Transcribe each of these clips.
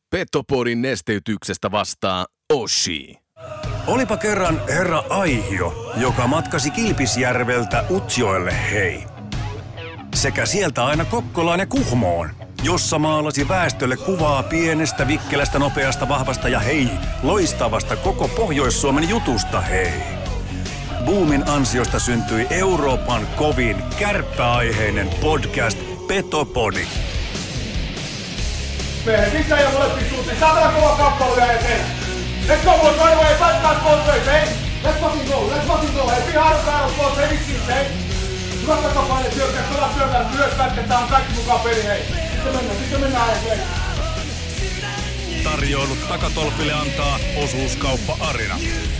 Petopodin nesteytyksestä vastaa Oshi. Olipa kerran herra Aihio, joka matkasi Kilpisjärveltä Utsjoelle hei. Sekä sieltä aina Kokkolaan ja Kuhmoon, jossa maalasi väestölle kuvaa pienestä, vikkelästä, nopeasta, vahvasta ja hei, loistavasta koko Pohjois-Suomen jutusta hei. Boomin ansiosta syntyi Euroopan kovin kärppäaiheinen podcast Petopodi. Missä ei molempiin suuntiin? Saatana kova kappale vielä eteen. Let's go, boys, right away. Fight that both ways, hey? Let's fucking go, hey? Be hard on battle, boys, hey? Vittiin, hey? Hyvät takapaine syökkää, pelaa syökkää, myös pätketään, kaikki mukaan peli, hei. Sitten mennään, hei. Tarjoilut takatolpille antaa Osuuskauppa Arina.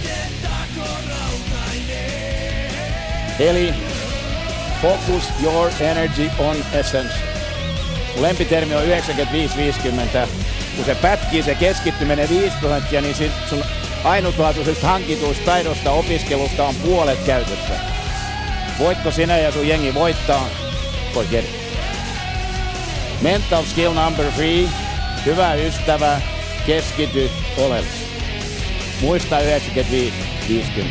Eli focus your energy on essence. Mun lempitermi on 95-50. Kun se pätkii, se keskittyminen 5%, niin sun ainutlaatuisesta hankituista taidosta opiskelusta on puolet käytössä. Voitko sinä ja sun jengi voittaa? Forget it. Mental skill number 3. Hyvä ystävä, keskity oleellisesti. Muista 95-50.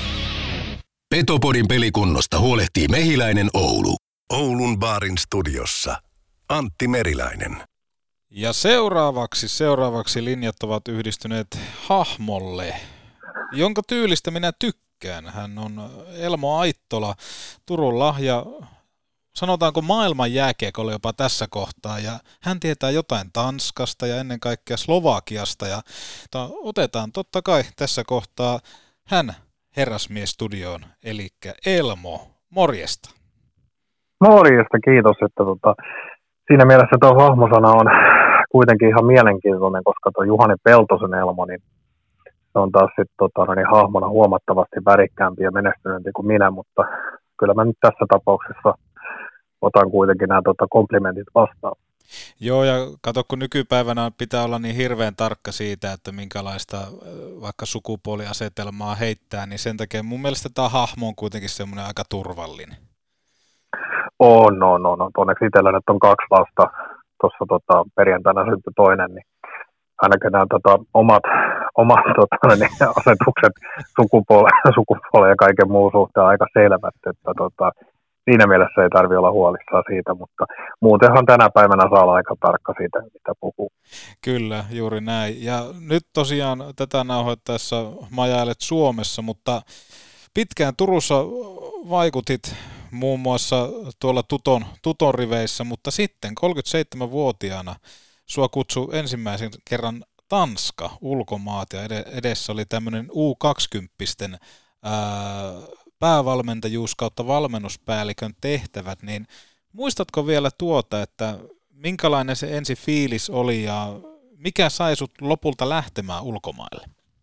Petopodin pelikunnosta huolehtii Mehiläinen Oulu. Oulun baarin studiossa Antti Meriläinen. Ja seuraavaksi linjat ovat yhdistyneet hahmolle, jonka tyylistä minä tykkään. Hän on Elmo Aittola, Turun lahja, sanotaanko maailman jääkiekolle jopa tässä kohtaa. Ja hän tietää jotain Tanskasta ja ennen kaikkea Slovakiasta. Ja otetaan totta kai tässä kohtaa hän herrasmies studioon, eli Elmo. Morjesta. Morjesta, kiitos, että siinä mielessä tuo hahmosana on kuitenkin ihan mielenkiintoinen, koska tuo Juhani Peltosen Elmo, niin se on taas sitten hahmona huomattavasti värikkäämpi ja menestyneempi kuin minä, mutta kyllä mä nyt tässä tapauksessa otan kuitenkin nämä komplimentit vastaan. Joo, ja kato, kun nykypäivänä pitää olla niin hirveän tarkka siitä, että minkälaista vaikka sukupuoliasetelmaa heittää, niin sen takia mun mielestä tämä hahmo on kuitenkin semmoinen aika turvallinen. On. Onneksi itsellä nyt on 2 lasta. Tuossa perjantaina syntyi toinen, niin ainakin nämä omat asetukset sukupuoleen ja kaiken muun suhteen aika selvät, että siinä mielessä ei tarvitse olla huolissaan siitä, mutta muutenhan tänä päivänä saa olla aika tarkka siitä, mitä puhuu. Kyllä, juuri näin. Ja nyt tosiaan tätä nauhoittaessa majailet Suomessa, mutta pitkään Turussa vaikutit muun muassa tuolla Tuton riveissä, mutta sitten 37-vuotiaana sua kutsui ensimmäisen kerran Tanska ulkomaat ja edessä oli tämmöinen U20-pisten päävalmentajuus kautta valmennuspäällikön tehtävät, niin muistatko vielä tuota, että minkälainen se ensi fiilis oli ja mikä sai sut lopulta lähtemään ulkomaille?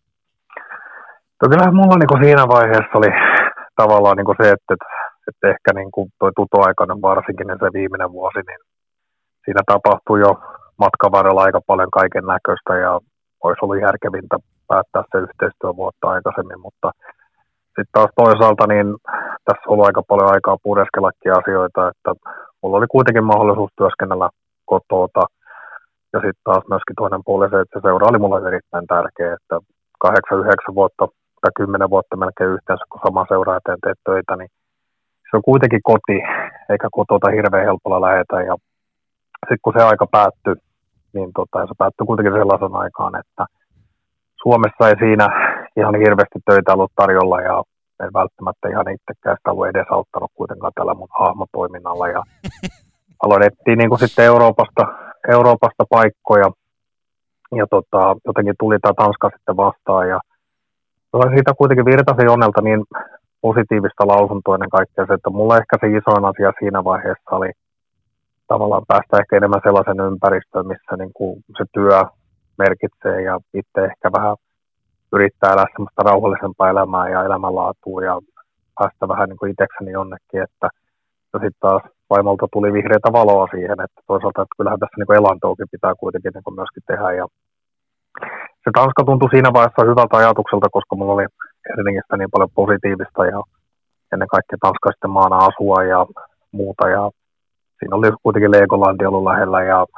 Kyllähän mulla siinä vaiheessa oli tavallaan se, että ehkä tuo tutoaikainen varsinkin se viimeinen vuosi, niin siinä tapahtui jo matkan varrella aika paljon kaiken näköistä ja olisi ollut järkevintä päättää se yhteistyövuotta aikaisemmin, mutta sitten taas toisaalta niin tässä on ollut aika paljon aikaa pureskellakin asioita, että mulla oli kuitenkin mahdollisuus työskennellä kotota ja sitten taas myöskin toinen puoli se, että se seura oli mulle erittäin tärkeä, että 8-9 vuotta tai 10 vuotta melkein yhteensä, kun sama seura eteen teet töitä, niin se on kuitenkin koti, eikä kotota hirveän helpolla lähetä. Ja sitten kun se aika päättyi, niin se päättyi kuitenkin sellaisen aikaan, että Suomessa ei siinä ihan hirveästi töitä ollut tarjolla ja en välttämättä ihan itsekään sitä ollut edesauttanut kuitenkaan tällä mun hahmotoiminnalla. Ja aloitettiin sitten Euroopasta paikkoja ja jotenkin tuli tämä Tanska sitten vastaan ja siitä kuitenkin virtasi onnelta niin positiivista lausuntoa ennen kaikkea se, että mulla ehkä se isoin asia siinä vaiheessa oli tavallaan päästä ehkä enemmän sellaisen ympäristöön, missä se työ merkitsee ja itse ehkä vähän yrittää elää semmoista rauhallisempaa elämää ja elämänlaatua ja päästä vähän itsekseni jonnekin, että ja sitten taas vaimolta tuli vihreätä valoa siihen, että toisaalta että kyllähän tässä elantoakin pitää kuitenkin myöskin tehdä ja se Tanska tuntui siinä vaiheessa hyvältä ajatukselta, koska mulla oli Helsingistä niin paljon positiivista ja ennen kaikkea Tanska sitten maana asua ja muuta. Ja siinä oli kuitenkin Legolandi ollut lähellä ja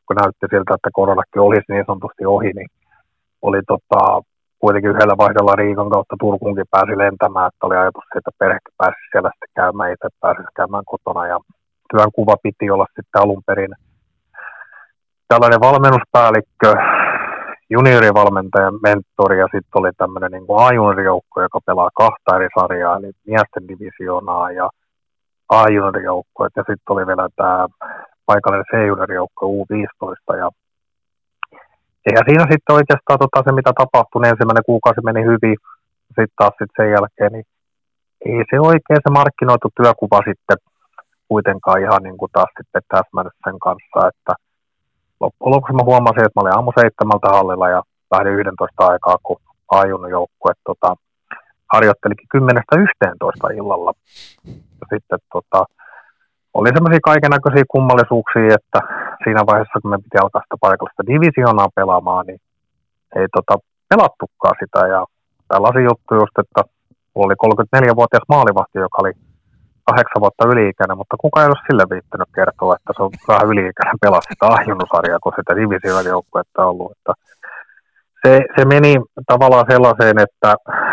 kun näytti siltä, että koronakin olisi niin sanotusti ohi, niin oli kuitenkin yhdellä vaihdolla Riikan kautta Turkuunkin pääsi lentämään, että oli ajatus siitä, että perhekin pääsi siellä sitten käymään, itse pääsisi käymään kotona, ja työnkuva piti olla sitten alun perin tällainen valmennuspäällikkö, juniorivalmentajan mentori, ja sitten oli tämmöinen niin kuin A-juniorijoukko, joka pelaa kahta eri sarjaa, eli miesten divisioonaa ja A-juniorijoukko, ja sitten oli vielä tämä paikallinen C-juniorijoukko U15, ja eihän siinä sitten oikeastaan se, mitä tapahtui, niin ensimmäinen kuukausi meni hyvin, sitten taas sen jälkeen, niin ei se oikein se markkinoitu työkuva sitten kuitenkaan ihan niin kuin taas sitten täsmännyt sen kanssa, että loppujen lopuksi mä huomasin, että mä olin aamu 7 hallilla ja lähdin 11 aikaa, kun A-junnu joukkue harjoittelikin 10-11 illalla. Ja sitten oli semmoisia kaikennäköisiä kummallisuuksia, että siinä vaiheessa, kun me piti alkaa sitä paikallista divisioonaa pelaamaan, niin ei pelattukaan sitä. Ja tällaisia juttuja just, että oli 34-vuotias maalivahti, joka oli 8 vuotta yli-ikäinen, mutta kukaan ei ole sille viittänyt kertoa, että se on vähän yli-ikäinen pelaa sitä A-junnusarjaa, kun sitä divisioonjoukkuetta on ollut. Että se meni tavallaan sellaiseen, että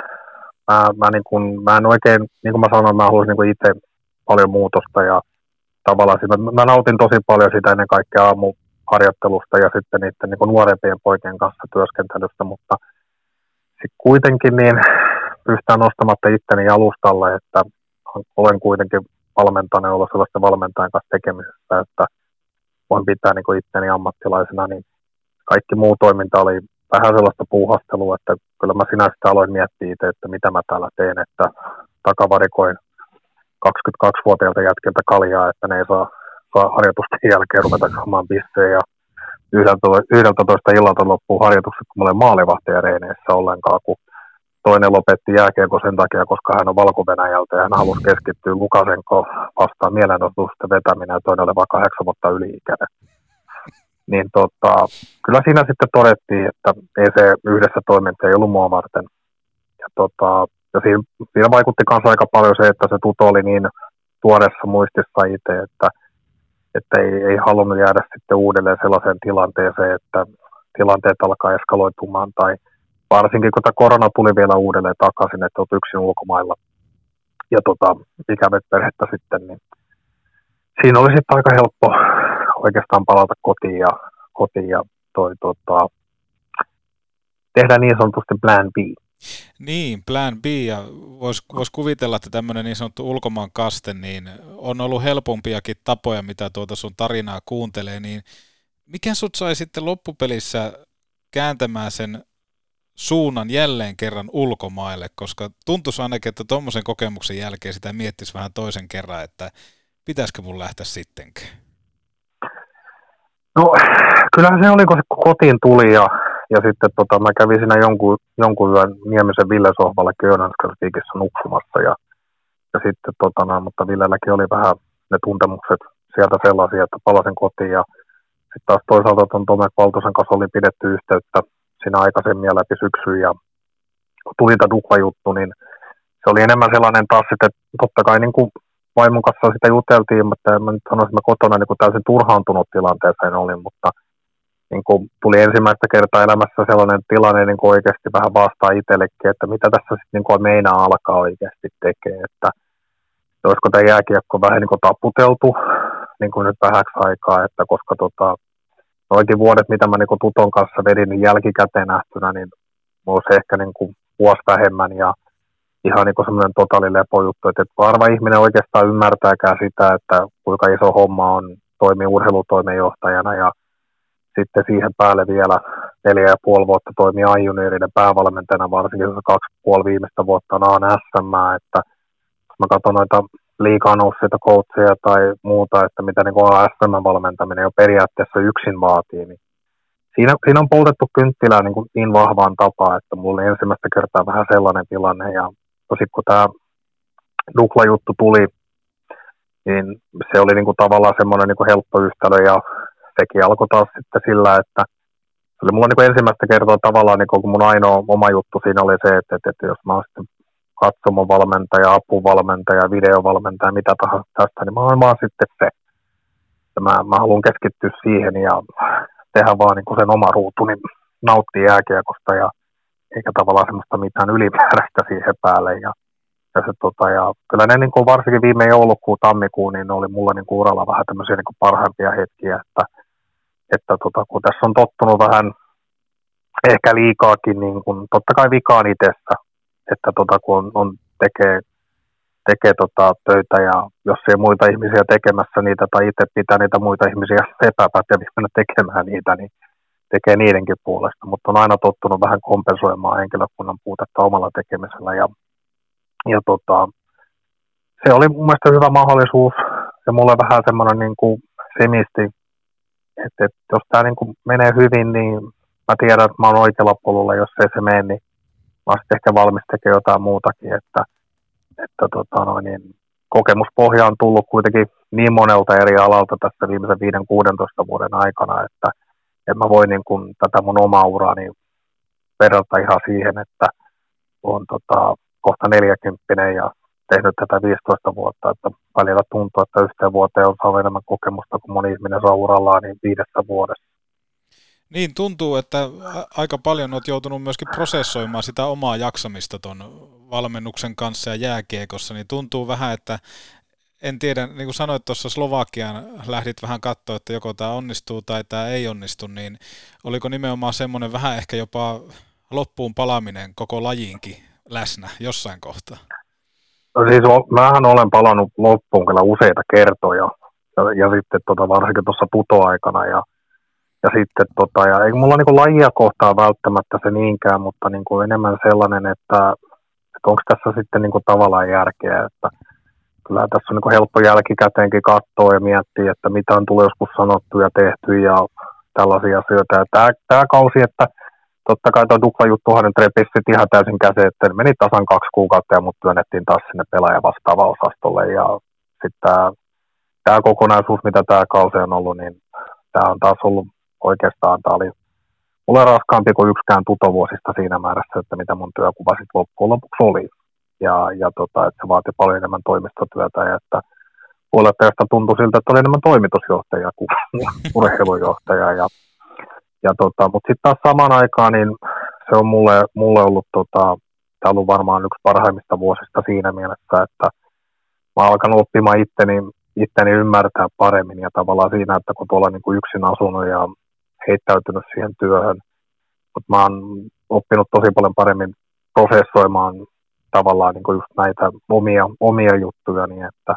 mä en oikein, niin kuin mä sanoin, mä haluaisin niin itse paljon muutosta ja tavallaan mä nautin tosi paljon sitä ennen kaikkea aamuharjoittelusta ja sitten niiden niin kuin nuorempien poikien kanssa työskentelystä, mutta sitten kuitenkin niin pystytään nostamatta itteni jalustalle, että olen kuitenkin valmentanut olla sellaisten valmentajan kanssa tekemisessä, että voin pitää niin kuin itteni ammattilaisena, niin kaikki muu toiminta oli vähän sellaista puuhastelua, että kyllä mä sinä sitä aloin miettiä itse, että mitä mä täällä teen, että takavarikoin 22-vuotiailta jätkiltä kaljaa, että ne ei saa harjoitusten jälkeen ruveta saamaan bissejä ja 11 illalta loppuu harjoitukset, kun mä olen maalivahtia reineissä ollenkaan, kun toinen lopetti jääkiekon sen takia, koska hän on Valko-Venäjältä ja hän halusi keskittyä Lukasenko vastaan mielenosoitusten vetäminen ja toinen oli vain 8 vuotta yli-ikäinen. Niin kyllä siinä sitten todettiin, että ei se yhdessä toiminta ei ollut mua varten. Ja siinä vaikutti myös aika paljon se, että se tuto oli niin tuoreessa muistissa itse, että ei halunnut jäädä sitten uudelleen sellaiseen tilanteeseen, että tilanteet alkaa eskaloitumaan tai varsinkin kun tämä korona tuli vielä uudelleen takaisin, että olet yksin ulkomailla ja ikävät perhettä sitten, niin siinä oli sitten aika helppo oikeastaan palata kotiin ja tehdä niin sanotusti plan B. Niin, plan B, ja vois kuvitella, että tämmöinen niin sanottu ulkomaan kaste, niin on ollut helpompiakin tapoja, mitä sun tarinaa kuuntelee, niin mikä sut sai sitten loppupelissä kääntämään sen suunnan jälleen kerran ulkomaille, koska tuntuisi ainakin, että tuommoisen kokemuksen jälkeen sitä miettisi vähän toisen kerran, että pitäisikö mun lähteä sittenkään? No, kyllähän se oli, kun se kotiin tuli ja sitten mä kävin siinä jonkun yön Niemisen Ville sohvalla Könänskarviikissa nuksumassa ja sitten mutta Villelläkin oli vähän ne tuntemukset sieltä sellaisia, että palasin kotiin ja sitten taas toisaalta tuon Tomek Valtosen kanssa oli pidetty yhteyttä siinä aikaisemmin ja läpi syksyyn ja kun tuli tämä Dukla-juttu, niin se oli enemmän sellainen taas sitten, totta kai niin kuin vaimon kanssa sitä juteltiin, mutta mä nyt sanoisin, että mä kotona niin kuin täysin turhaantunut tilanteeseen olin, mutta niin kuin tuli ensimmäistä kertaa elämässä sellainen tilanne niin kuin oikeasti vähän vastaa itsellekin, että mitä tässä sitten niin kuin meinaa alkaa oikeasti tekee, että olisiko tämä jääkiekko vähän niin kuin taputeltu niin kuin nyt vähäksi aikaa, että koska noikin vuodet, mitä mä niin kuin tuton kanssa vedin, niin jälkikäteen nähtynä, niin mulla olisi ehkä niin kuin vuosi vähemmän ja ihan niin kuin semmoinen totaalilepojuttu, että harva ihminen oikeastaan ymmärtääkään sitä, että kuinka iso homma on toimia urheilutoimenjohtajana ja sitten siihen päälle vielä 4,5 vuotta toimia A-junioriden päävalmentajana, varsinkin 2,5 viimeistä vuotta on SM, että jos mä katson noita liikaa nousseita coacheja tai muuta, että mitä niin SM-valmentaminen jo periaatteessa yksin vaatii, niin siinä on poltettu kynttilää niin vahvaan tapaan, että mulla oli ensimmäistä kertaa vähän sellainen tilanne ja tosi kun tämä Dukla-juttu tuli, niin se oli niin kuin tavallaan semmoinen niin kuin helppo yhtälö ja sekin alkoi taas sitten sillä, että se oli mulla niin kuin ensimmäistä kertaa tavallaan, niin kun mun ainoa oma juttu siinä oli se, että jos mä oon sitten katsomovalmentaja, apuvalmentaja, videovalmentaja, mitä tahansa tästä, niin mä oon vaan sitten se. Mä haluan keskittyä siihen ja tehdä vaan niin kuin sen oma ruutuni, nauttia jääkiekosta ja eikä tavallaan semmoista mitään ylimääräistä siihen päälle. Ja kyllä ne niin kuin varsinkin viime joulukuu, tammikuu, niin ne oli mulla niin kuin uralla vähän tämmöisiä niin kuin parhaimpia hetkiä, että kun tässä on tottunut vähän ehkä liikaakin, niin kuin, totta kai vikaan itsessä, että kun on tekee töitä ja jos ei muita ihmisiä tekemässä niitä tai itse pitää niitä muita ihmisiä epäpäteviä tekemään niitä, niin tekee niidenkin puolesta, mutta on aina tottunut vähän kompensoimaan henkilökunnan puutetta omalla tekemisellä ja se oli mun mielestä hyvä mahdollisuus ja mulle vähän semmoinen niin kuin semisti, että jos tämä niin kuin menee hyvin, niin mä tiedän, että mä oon oikealla polulla, jos ei se mene, niin mä oon sitten ehkä valmis tekemään jotain muutakin, että kokemuspohja on tullut kuitenkin niin monelta eri alalta tässä viimeisen 5-16 vuoden aikana, että mä voin niin kuin tätä mun omaa uraani verrata ihan siihen, että on kohta 40 ja tehnyt tätä 15 vuotta, että välillä tuntuu, että yhteen vuoteen on saanut enemmän kokemusta kuin moni ihminen saa urallaan niin 5 vuodessa. Niin, tuntuu, että aika paljon olet joutunut myöskin prosessoimaan sitä omaa jaksamista ton valmennuksen kanssa ja jääkiekossa, niin tuntuu vähän, että en tiedä, niin kuin sanoit tuossa Slovakiaan, lähdit vähän katsoa, että joko tämä onnistuu tai tämä ei onnistu, niin oliko nimenomaan semmoinen vähän ehkä jopa loppuun palaaminen koko lajiinkin läsnä jossain kohtaa? No siis mähän olen palannut loppuun kyllä useita kertoja ja sitten varsinkin tuossa putoaikana ja sitten ja ei mulla niinku lajia kohtaa välttämättä se niinkään, mutta niinku enemmän sellainen, että onko tässä sitten niinku tavallaan järkeä, että kyllä tässä on niinku helppo jälkikäteenkin katsoa ja miettiä, että mitä on tullut joskus sanottu ja tehty ja tällaisia asioita. Ja tämä kausi, että totta kai tuo Dukla-juttuhan nyt repisi ihan täysin käsin, että meni tasan 2 kuukautta ja mut työnnettiin taas sinne pelaaja vastaava osastolle ja sitten tämä kokonaisuus, mitä tämä kausi on ollut, niin tämä on taas ollut oikeastaan, tämä oli mulle raskaampi kuin yksikään tutovuosista siinä määrässä, että mitä mun työkuva sitten loppujen lopuksi oli. Että se vaati paljon enemmän toimistotyötä ja että puolettajasta tuntui siltä, että oli enemmän toimitusjohtaja kuin urheilujohtaja. Mutta sitten taas samaan aikaan niin se on mulle ollut, tämä on ollut varmaan yksi parhaimmista vuosista siinä mielessä, että mä oon alkanut oppimaan itteni ymmärtää paremmin ja tavallaan siinä, että kun tuolla niin kuin yksin asunut ja heittäytynyt siihen työhön, mutta mä oon oppinut tosi paljon paremmin prosessoimaan tavallaan niin kuin just näitä omia juttuja, niin että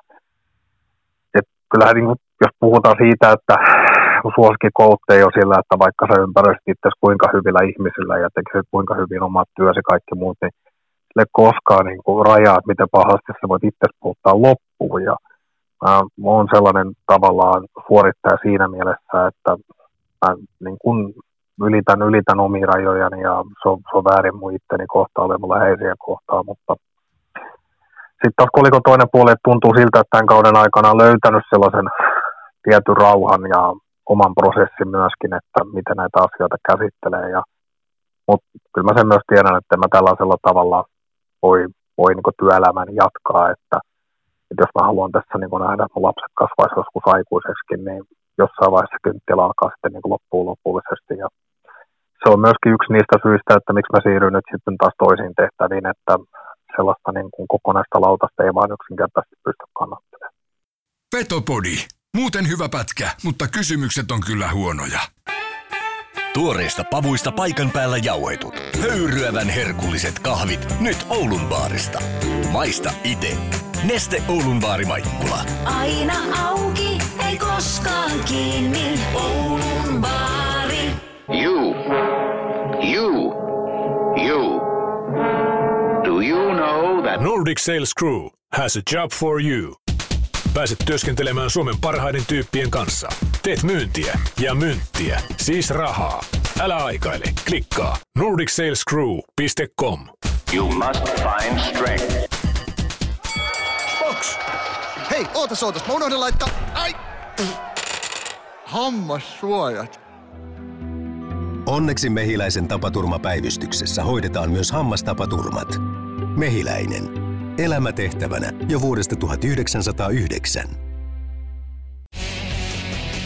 kyllähän niin kuin, jos puhutaan siitä, että suosikkikoutta ei ole sillä, että vaikka sä ympäröisit itse kuinka hyvillä ihmisillä ja tekisit kuinka hyvin omat työsi kaikki muut, niin sille koskaan niin kuin rajaa, että miten pahasti sä voit itse puhuttaa loppuun ja mä oon sellainen tavallaan suorittaja siinä mielessä, että mä niin kuin ylitän omia rajojani ja se on väärin mun itteni kohtaan, oli mun läheisiä kohtaan, mutta sitten taas kolikon toinen puoli, että tuntuu siltä, että tämän kauden aikana on löytänyt sellaisen tietyn rauhan ja oman prosessin myöskin, että miten näitä asioita käsittelee. Mutta kyllä mä sen myös tiedän, että mä tällaisella tavalla voi niin kuin työelämäni jatkaa, että jos mä haluan tässä niin kuin nähdä, että mun lapset kasvaisi joskus aikuiseksikin, niin jossain vaiheessa kynttilä alkaa sitten niin kuin loppuun lopullisesti. Ja se on myöskin yksi niistä syistä, että miksi mä siirryn nyt sitten taas toisiin tehtäviin, että sellaista niin kuin kokonaista lautasta ei vaan yksinkertaisesti pysty kannattelemaan. Petopodi. Muuten hyvä pätkä, mutta kysymykset on kyllä huonoja. Tuoreista pavuista paikan päällä jauhetut. Höyryävän herkulliset kahvit nyt Oulun baarista. Maista ite. Neste Oulun baari Maikkula. Aina auki, ei koskaan kiinni. Oulun baari. You. Do you know that Nordic Sales Crew has a job for you. Pääset työskentelemään Suomen parhaiden tyyppien kanssa. Teet myyntiä ja mynttiä, siis rahaa. Älä aikaile, klikkaa nordicsalescrew.com. you must find strength? Box! Hei, ootas, mä unohdin laittaa... Ai! Hammassuojat. Onneksi Mehiläisen tapaturmapäivystyksessä hoidetaan myös hammastapaturmat. Mehiläinen. Elämä tehtävänä jo vuodesta 1909.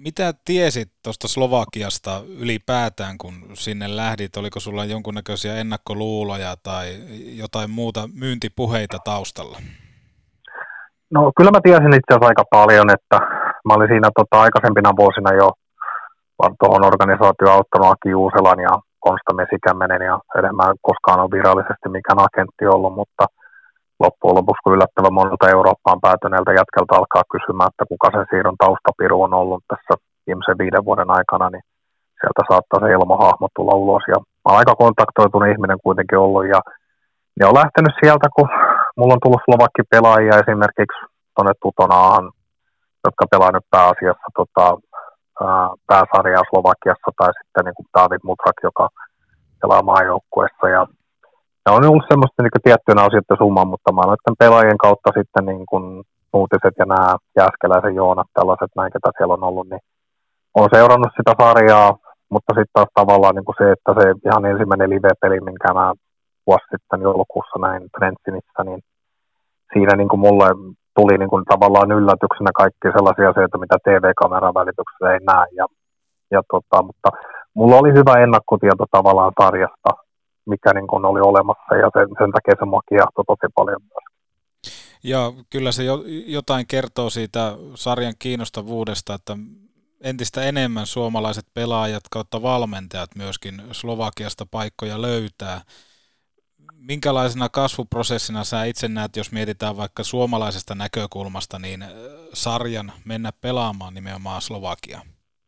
Mitä tiesit tuosta Slovakiasta ylipäätään, kun sinne lähdit? Oliko sulla jonkunnäköisiä ennakkoluuloja tai jotain muuta myyntipuheita taustalla? No kyllä mä tiesin itse asiassa aika paljon, että mä olin siinä aikaisempina vuosina jo tuohon organisaatioon auttanut Aki Juuselan ja Konsta Mesikämmenen ja enemmän koskaan on virallisesti mikään agentti ollut, mutta loppujen lopuksi kun yllättävän monelta Eurooppaan päätyneeltä jätkältä alkaa kysymään, että kuka sen siirron taustapiru on ollut tässä viimeisen 5 vuoden aikana, niin sieltä saattaa se Elmo-hahmo tulla ulos. Ja mä oon aika kontaktoitunut ihminen kuitenkin ollut ja on lähtenyt sieltä, kun mulla on tullut Slovakki-pelaajia esimerkiksi tuonne Tutonaahan, jotka pelaa nyt pääasiassa pääsarjaa Slovakiassa tai sitten niin kuin David Mutrak, joka pelaa maajoukkueessa. Ja on ollut semmoista niin tiettyjä asioita summan, mutta mä oon noiden pelaajien kautta sitten niin kuin uutiset ja nämä Jääskeläisen Joonat, tällaiset näin, ketä siellä on ollut, niin on seurannut sitä sarjaa, mutta sitten taas tavallaan niin kuin se, että se ihan ensimmäinen live-peli, minkä mä vuosi sitten joulukuussa näin Trentsinissä, niin siinä niin kuin mulle tuli niin kuin tavallaan yllätyksenä kaikki sellaisia asioita, mitä TV-kameran välityksessä ei näe. Mutta mulla oli hyvä ennakkotieto tavallaan sarjasta, mikä niin kuin oli olemassa, ja sen takia se mua kiehtoi tosi paljon myös. Ja kyllä se jotain kertoo siitä sarjan kiinnostavuudesta, että entistä enemmän suomalaiset pelaajat kautta valmentajat myöskin Slovakiasta paikkoja löytää. Minkälaisena kasvuprosessina sä itse näet, jos mietitään vaikka suomalaisesta näkökulmasta, niin sarjan mennä pelaamaan nimenomaan Slovakiaan?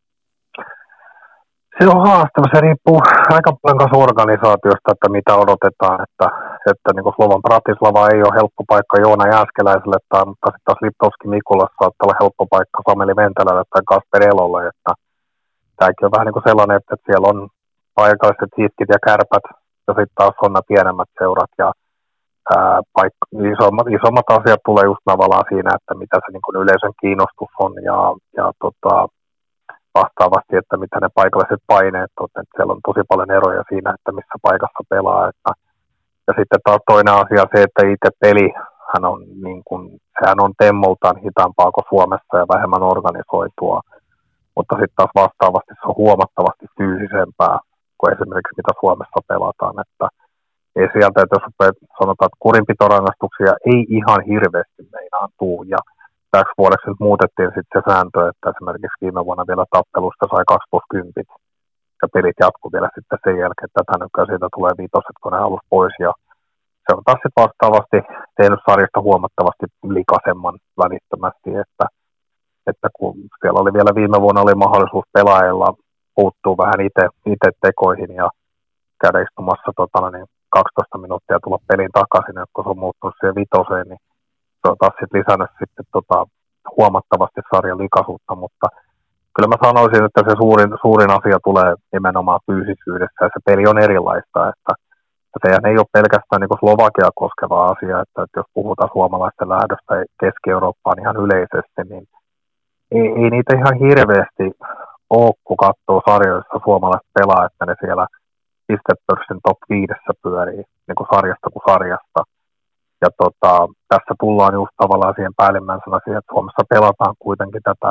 Se on haastava. Se riippuu aika paljon kanssa organisaatiosta, että mitä odotetaan. Että niin kuin Slovan Bratislava ei ole helppo paikka Joona Jääskeläiselle, mutta sitten taas Liptovski Mikulassa saattaa olla helppo paikka Sameli Ventälälle tai Kasper Elolle. Että tämäkin on vähän niin kuin sellainen, että siellä on paikalliset hiskit ja kärpät, ja sitten taas on nämä pienemmät seurat. Ja isommat asiat tulee just tavallaan siinä, että mitä se niin kuin yleisön kiinnostus on ja vastaavasti, että mitä ne paikalliset paineet on, että siellä on tosi paljon eroja siinä, että missä paikassa pelaa. Ja sitten taas toinen asia se, että itse peli, sehän on temmoltaan hitaampaa kuin Suomessa ja vähemmän organisoitua, mutta sitten taas vastaavasti se on huomattavasti fyysisempää kuin esimerkiksi mitä Suomessa pelataan, että ei sieltä, että jos sanotaan, että kurinpitorangaistuksia ei ihan hirveästi meinaan tuu, ja täksi vuodeksi nyt muutettiin sitten se sääntö, että esimerkiksi viime vuonna vielä tappelusta sai 2+10, ja pelit jatkuu vielä sitten sen jälkeen, että tätä nykyään siitä tulee 5, kun ne halusi pois, ja se on taas sitten vastaavasti tehnyt sarjasta huomattavasti likaisemman välittömästi, että kun siellä oli vielä viime vuonna oli mahdollisuus pelaajilla puuttuu vähän itse tekoihin ja käydä istumassa 12 minuuttia tulla peliin takaisin, että kun se on muuttunut siihen 5, niin se on taas sitten lisännyt sitten huomattavasti sarjan likaisuutta, mutta kyllä mä sanoisin, että se suurin asia tulee nimenomaan fyysisyydessä ja se peli on erilaista, että sehän ei ole pelkästään niin kuin Slovakia koskeva asia, että jos puhutaan suomalaisten lähdöstä Keski-Eurooppaan ihan yleisesti, niin ei niitä ihan hirveästi ole, kun katsoo sarjoissa suomalaiset pelaa, että ne siellä pistepörssin top 5 pyörii niin kuin sarjasta kuin sarjasta. Ja tässä tullaan just tavallaan siihen päällimmäisenä siihen, että Suomessa pelataan kuitenkin tätä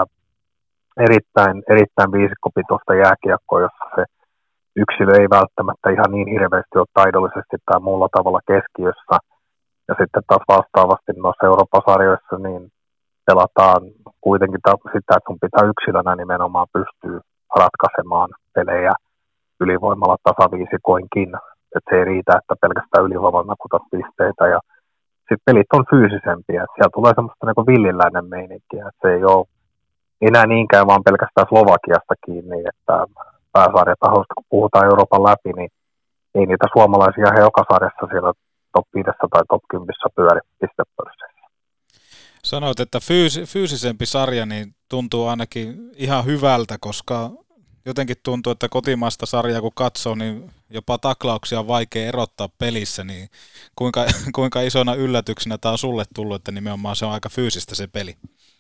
erittäin viisikkopitoista jääkiekkoa, jossa se yksilö ei välttämättä ihan niin hirveästi ole taidollisesti tai muulla tavalla keskiössä. Ja sitten taas vastaavasti noissa Euroopan sarjoissa niin pelataan kuitenkin sitä, että sun pitää yksilönä nimenomaan pystyä ratkaisemaan pelejä ylivoimalla tasaviisikoinkin. Että se ei riitä, että pelkästään ylivoimalla nakutat pisteitä. Ja sitten pelit on fyysisempiä. Että siellä tulee semmoista niin kuin villiläinen meininkiä. Että se ei ole enää niinkään vaan pelkästään Slovakiasta kiinni, että pääsarjatahoista, kun puhutaan Euroopan läpi, niin ei niitä suomalaisia he joka sarjassa siellä top 5 tai top 10 pyöri pistepörssissä. Sanoit, että fyysisempi sarja niin tuntuu ainakin ihan hyvältä, koska jotenkin tuntuu, että kotimaista sarjaa kun katsoo, niin jopa taklauksia on vaikea erottaa pelissä, niin kuinka isona yllätyksenä tämä on sulle tullut, että nimenomaan se on aika fyysistä se peli?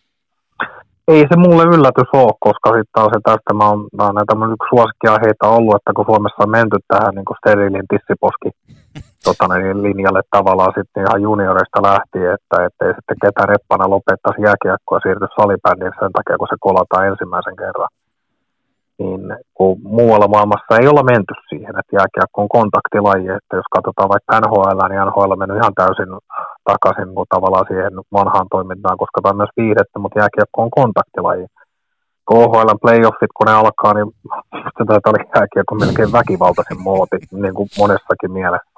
Ei se mulle yllätys ole, koska sitten on se tästä, mä oon näitä mun yksi suosikkiaiheita ollut, että kun Suomessa on menty tähän niin kuin steriilin tissiposki linjalle tavallaan sitten ihan junioreista lähtien, että ettei sitten ketään reppana lopettaisi jääkiekkoa ja siirtyisi salibändiin sen takia, kun se kolataan ensimmäisen kerran. Niin kun muualla maailmassa ei olla menty siihen, että jääkiekko on kontaktilaji, että jos katsotaan vaikka NHL, niin NHL on mennyt ihan täysin takaisin niin tavallaan siihen vanhaan toimintaan, koska tämä on myös viihdettä, mutta jääkiekko on kontaktilaji. KHL:n playoffit, kun ne alkaa, niin se taitaa olla jääkiekko melkein väkivaltaisin muoti niin kuin monessakin mielessä.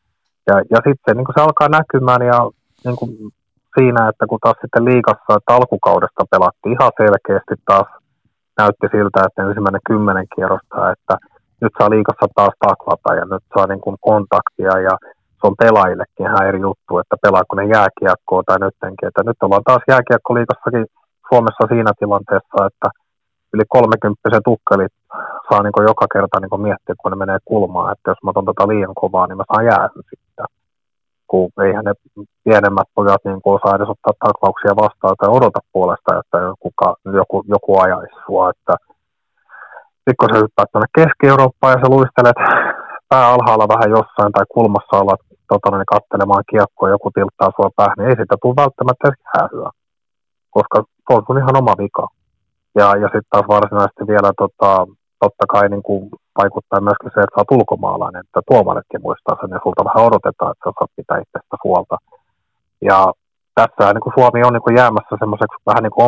Ja sitten niin kuin se alkaa näkymään ja niin kuin siinä, että kun taas sitten liigassa, että alkukaudesta pelattiin ihan selkeästi taas, näytti siltä, että ensimmäinen 10 kierrosta, että nyt saa liigassa taas taklata ja nyt saa niin kuin kontaktia ja se on pelaajillekin ihan eri juttu, että pelaako ne jääkiekkoa tai nyttenkin. Että nyt ollaan taas jääkiekkoliigassakin Suomessa siinä tilanteessa, että yli 30 ukkelit saa niin kuin joka kerta niin kuin miettiä, kun ne menee kulmaan, että jos mä otan tätä liian kovaa, niin mä saan jäähyn sitten. Kun eihän ne pienemmät pojat niin kuin osaa edes ottaa taklauksia vastaan tai odota puolesta, että joku ajaisi sua. Että sitten kun sä hyppäät tuonne Keski-Eurooppaan ja sä luistelet pää alhaalla vähän jossain tai kulmassa alat katselemaan kiekkoa, joku tilttaa sua päähän, niin ei sitä tule välttämättä edes jäähyä, koska se on sun ihan oma vika. Ja sitten taas varsinaisesti vielä totta kai niin kuin vaikuttaa myöskin se, että sä oot ulkomaalainen, että tuomaritkin muistaa sen ja sulta vähän odotetaan, että sä osaat pitää itsestä huolta. Ja tässä niin kuin Suomi on niin kuin jäämässä semmoiseksi vähän niin kuin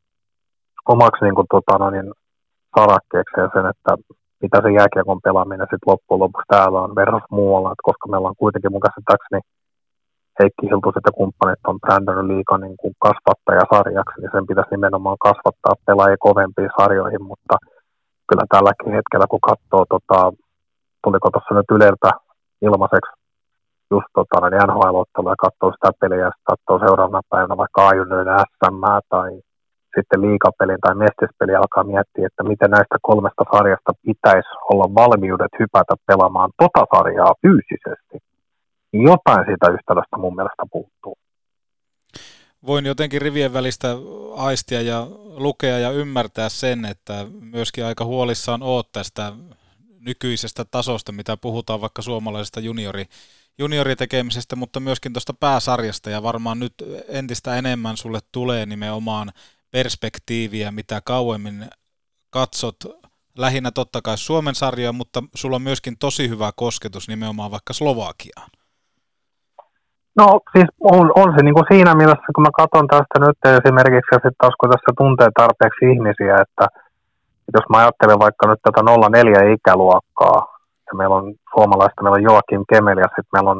omaksi niin kuin, sarakkeeksi ja sen, että mitä se jääkiekon pelaaminen sitten loppujen lopuksi täällä on verrattuna muualla, että koska meillä on kuitenkin mun käsittääkseni Heikki Hiltuset ja kumppanit on brändännyt liigan niin kuin kasvattajasarjaksi, niin sen pitäisi nimenomaan kasvattaa pelaajia kovempiin sarjoihin, mutta kyllä tälläkin hetkellä, kun katsoo, tuliko tuossa nyt Yleltä ilmaiseksi just NHL-ottelua ja katsoo sitä peliä ja katsoo seuraavana päivänä vaikka Ajunöiden SM tai sitten liigapelin tai mestispeli alkaa miettiä, että miten näistä 3 sarjasta pitäisi olla valmiudet hypätä pelaamaan sarjaa fyysisesti. Jotain siitä yhtälöstä mun mielestä puuttuu. Voin jotenkin rivien välistä aistia ja lukea ja ymmärtää sen, että myöskin aika huolissaan oot tästä nykyisestä tasosta, mitä puhutaan vaikka suomalaisesta junioritekemisestä, mutta myöskin tuosta pääsarjasta, ja varmaan nyt entistä enemmän sulle tulee nimenomaan perspektiiviä, mitä kauemmin katsot, lähinnä totta kai Suomen sarjaa, mutta sulla on myöskin tosi hyvä kosketus nimenomaan vaikka Slovakiaan. No siis on se niin kuin siinä mielessä, kun mä katson tästä nyt esimerkiksi, ja sitten taas kun tässä tuntee tarpeeksi ihmisiä, että jos mä ajattelen vaikka nyt tätä 04 ikäluokkaa, ja meillä on suomalaista, meillä on Joakim Kemel, ja sitten meillä on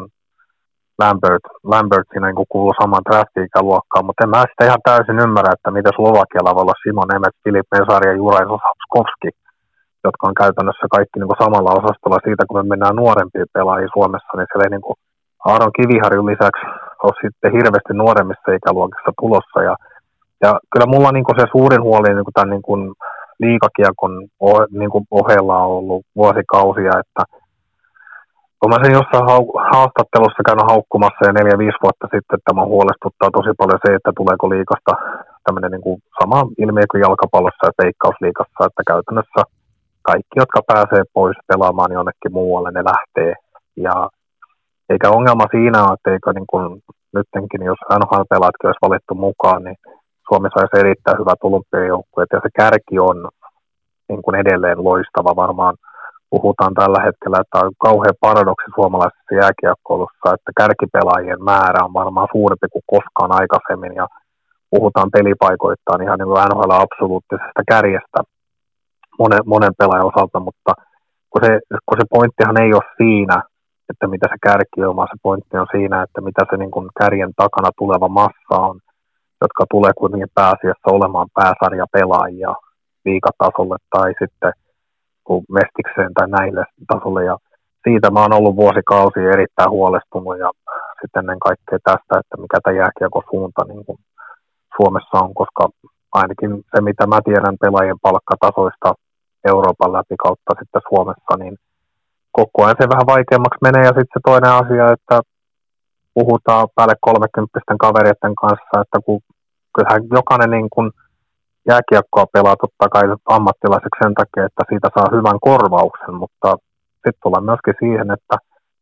Lambert siinä niin kuuluu samaan drafti-ikäluokkaan, mutta en mä sitä ihan täysin ymmärrä, että miten Slovakialla voi olla Simon Nemeth, Filip Mesari ja Juraj Soskovski, jotka on käytännössä kaikki niin kuin samalla osastolla siitä, kun me mennään nuorempia pelaajia Suomessa, niin siellä ei niin kuin Aaron Kiviharjun lisäksi on sitten hirveästi nuoremmissa ikäluokissa tulossa. Ja kyllä mulla niin kuin se suurin huoli niin kuin tämän niin kuin liigakiekon niin kuin ohella on ollut vuosikausia, että kun mä sen jossain haastattelussa käynyt haukkumassa ja 4-5 vuotta sitten, että mä huolestuttaa tosi paljon se, että tuleeko liigasta tämmöinen niin kuin sama ilmiö kuin jalkapallossa ja Veikkausliigassa, että käytännössä kaikki, jotka pääsee pois pelaamaan jonnekin muualle, ne lähtee. Ja eikä ongelma siinä ole, että eikö niin kuin nyttenkin, jos NHL-pelaatkin olisi valittu mukaan, niin Suomi saisi erittäin hyvät olympiajoukkueet, ja se kärki on niin kuin edelleen loistava. Varmaan puhutaan tällä hetkellä, että on kauhean paradoksi suomalaisessa jääkiekkoilussa, että kärkipelaajien määrä on varmaan suurempi kuin koskaan aikaisemmin, ja puhutaan pelipaikoittain ihan niin kuin NHL absoluuttisesta kärjestä monen pelaajan osalta, mutta kun se pointtihan ei ole siinä, että mitä se kärki on, vaan se pointti on siinä, että mitä se niin kuin kärjen takana tuleva massa on, jotka tulee kuitenkin pääasiassa olemaan pääsarjapelaajia liigatasolle tai sitten Mestikseen tai näille tasolle. Ja siitä mä oon ollut vuosikausia erittäin huolestunut ja sitten ennen kaikkea tästä, että mikä tämä jääkiekon suunta niin kuin Suomessa on, koska ainakin se, mitä mä tiedän pelaajien palkkatasoista Euroopan läpi kautta sitten Suomessa, niin koko ajan se vähän vaikeammaksi menee. Ja sitten se toinen asia, että puhutaan päälle 30 kavereiden kanssa, että kun kyllähän jokainen niin kuin jääkiekkoa pelaa totta kai ammattilaiseksi sen takia, että siitä saa hyvän korvauksen, mutta sitten tullaan myöskin siihen, että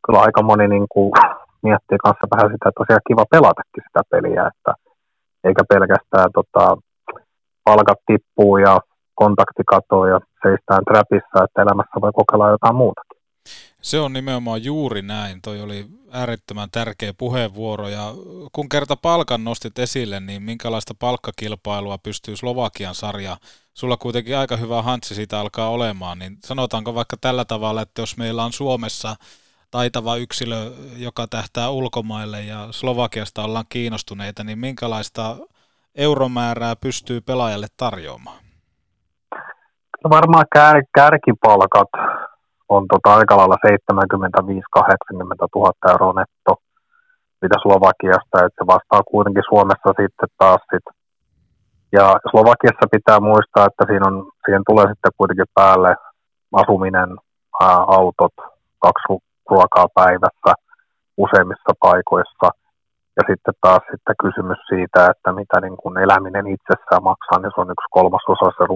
kyllä aika moni niin kuin miettii kanssa vähän sitä, että tosiaan kiva pelatakin sitä peliä, että eikä pelkästään palkat tippuu ja kontakti katoo ja seistään trapissa, että elämässä voi kokeilla jotain muutakin. Se on nimenomaan juuri näin. Toi oli äärettömän tärkeä puheenvuoro. Ja kun kerta palkan nostit esille, niin minkälaista palkkakilpailua pystyy Slovakian sarja? Sulla kuitenkin aika hyvä hantsi siitä alkaa olemaan. Niin sanotaanko vaikka tällä tavalla, että jos meillä on Suomessa taitava yksilö, joka tähtää ulkomaille ja Slovakiasta ollaan kiinnostuneita, niin minkälaista euromäärää pystyy pelaajalle tarjoamaan? Varmaan kärkipalkat on aika lailla 75-80 000 euroa netto, mitä Slovakiasta, että se vastaa kuitenkin Suomessa sitten taas. Ja Slovakiassa pitää muistaa, että siihen tulee sitten kuitenkin päälle asuminen, autot, 2 ruokaa päivässä useimmissa paikoissa. Ja sitten taas kysymys siitä, että mitä niin kun eläminen itsessään maksaa, niin se on 1/3 se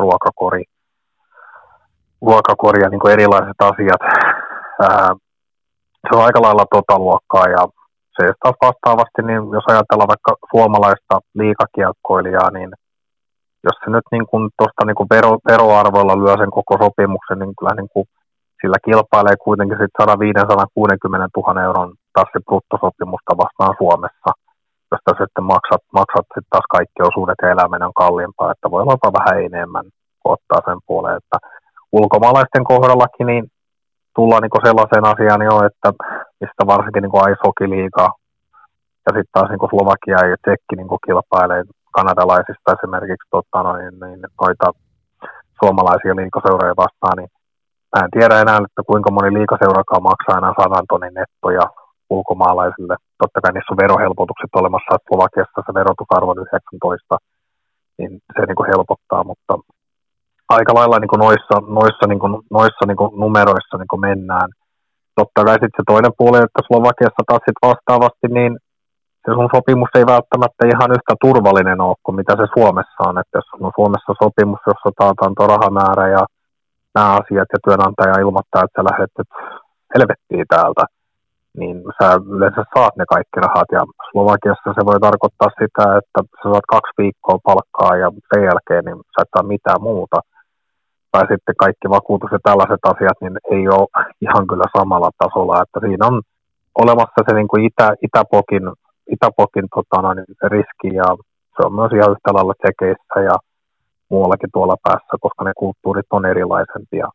ruokakori ja niin kuin erilaiset asiat. Se on aika lailla luokkaa ja se taas vastaavasti, niin jos ajatellaan vaikka suomalaista liigakiekkoilijaa, niin jos se nyt niin kuin tuosta niin kuin veroarvoilla lyö sen koko sopimuksen, niin kyllä niin kuin sillä kilpailee kuitenkin sitten 150-160 000 euron bruttosopimusta vastaan Suomessa, josta sitten maksat sitten taas kaikki osuudet ja eläminen on kalliimpaa, että voi olla vähän enemmän ottaa sen puoleen, että ulkomaalaisten kohdallakin niin tullaan niin sellaiseen asiaan jo, että mistä varsinkin niin Ice-hockey-liiga ja sitten taas niin Slovakia ja Tsekki niin kilpailee kanadalaisista esimerkiksi noita suomalaisia liigaseuroja vastaan, niin mä en tiedä enää, että kuinka moni liigaseurakaan maksaa enää 100 tonnin nettoja ulkomaalaisille. Totta kai niissä on verohelpotukset olemassa, että Slovakiassa se verotusarvo on 19, niin se niin kuin helpottaa, mutta aika lailla niin kuin noissa niin kuin numeroissa niin kuin mennään. Totta kai sitten se toinen puoli, että Slovakiassa taas sit vastaavasti, niin se sun sopimus ei välttämättä ihan yhtä turvallinen ole kuin mitä se Suomessa on. Että jos on Suomessa sopimus, jossa taataan tuo rahamäärä ja nämä asiat ja työnantaja ilmoittaa, että sä lähdet nyt helvettiin täältä, niin sä yleensä saat ne kaikki rahat. Ja Slovakiassa se voi tarkoittaa sitä, että sä saat 2 viikkoa palkkaa ja sen jälkeen niin sä et saa mitään muuta. Tai sitten kaikki vakuutus ja tällaiset asiat, niin ei ole ihan kyllä samalla tasolla, että siinä on olemassa se niin kuin itäpokin riski, ja se on myös ihan yhtä lailla Tsekeissä ja muuallakin tuolla päässä, koska ne kulttuurit on erilaisempia.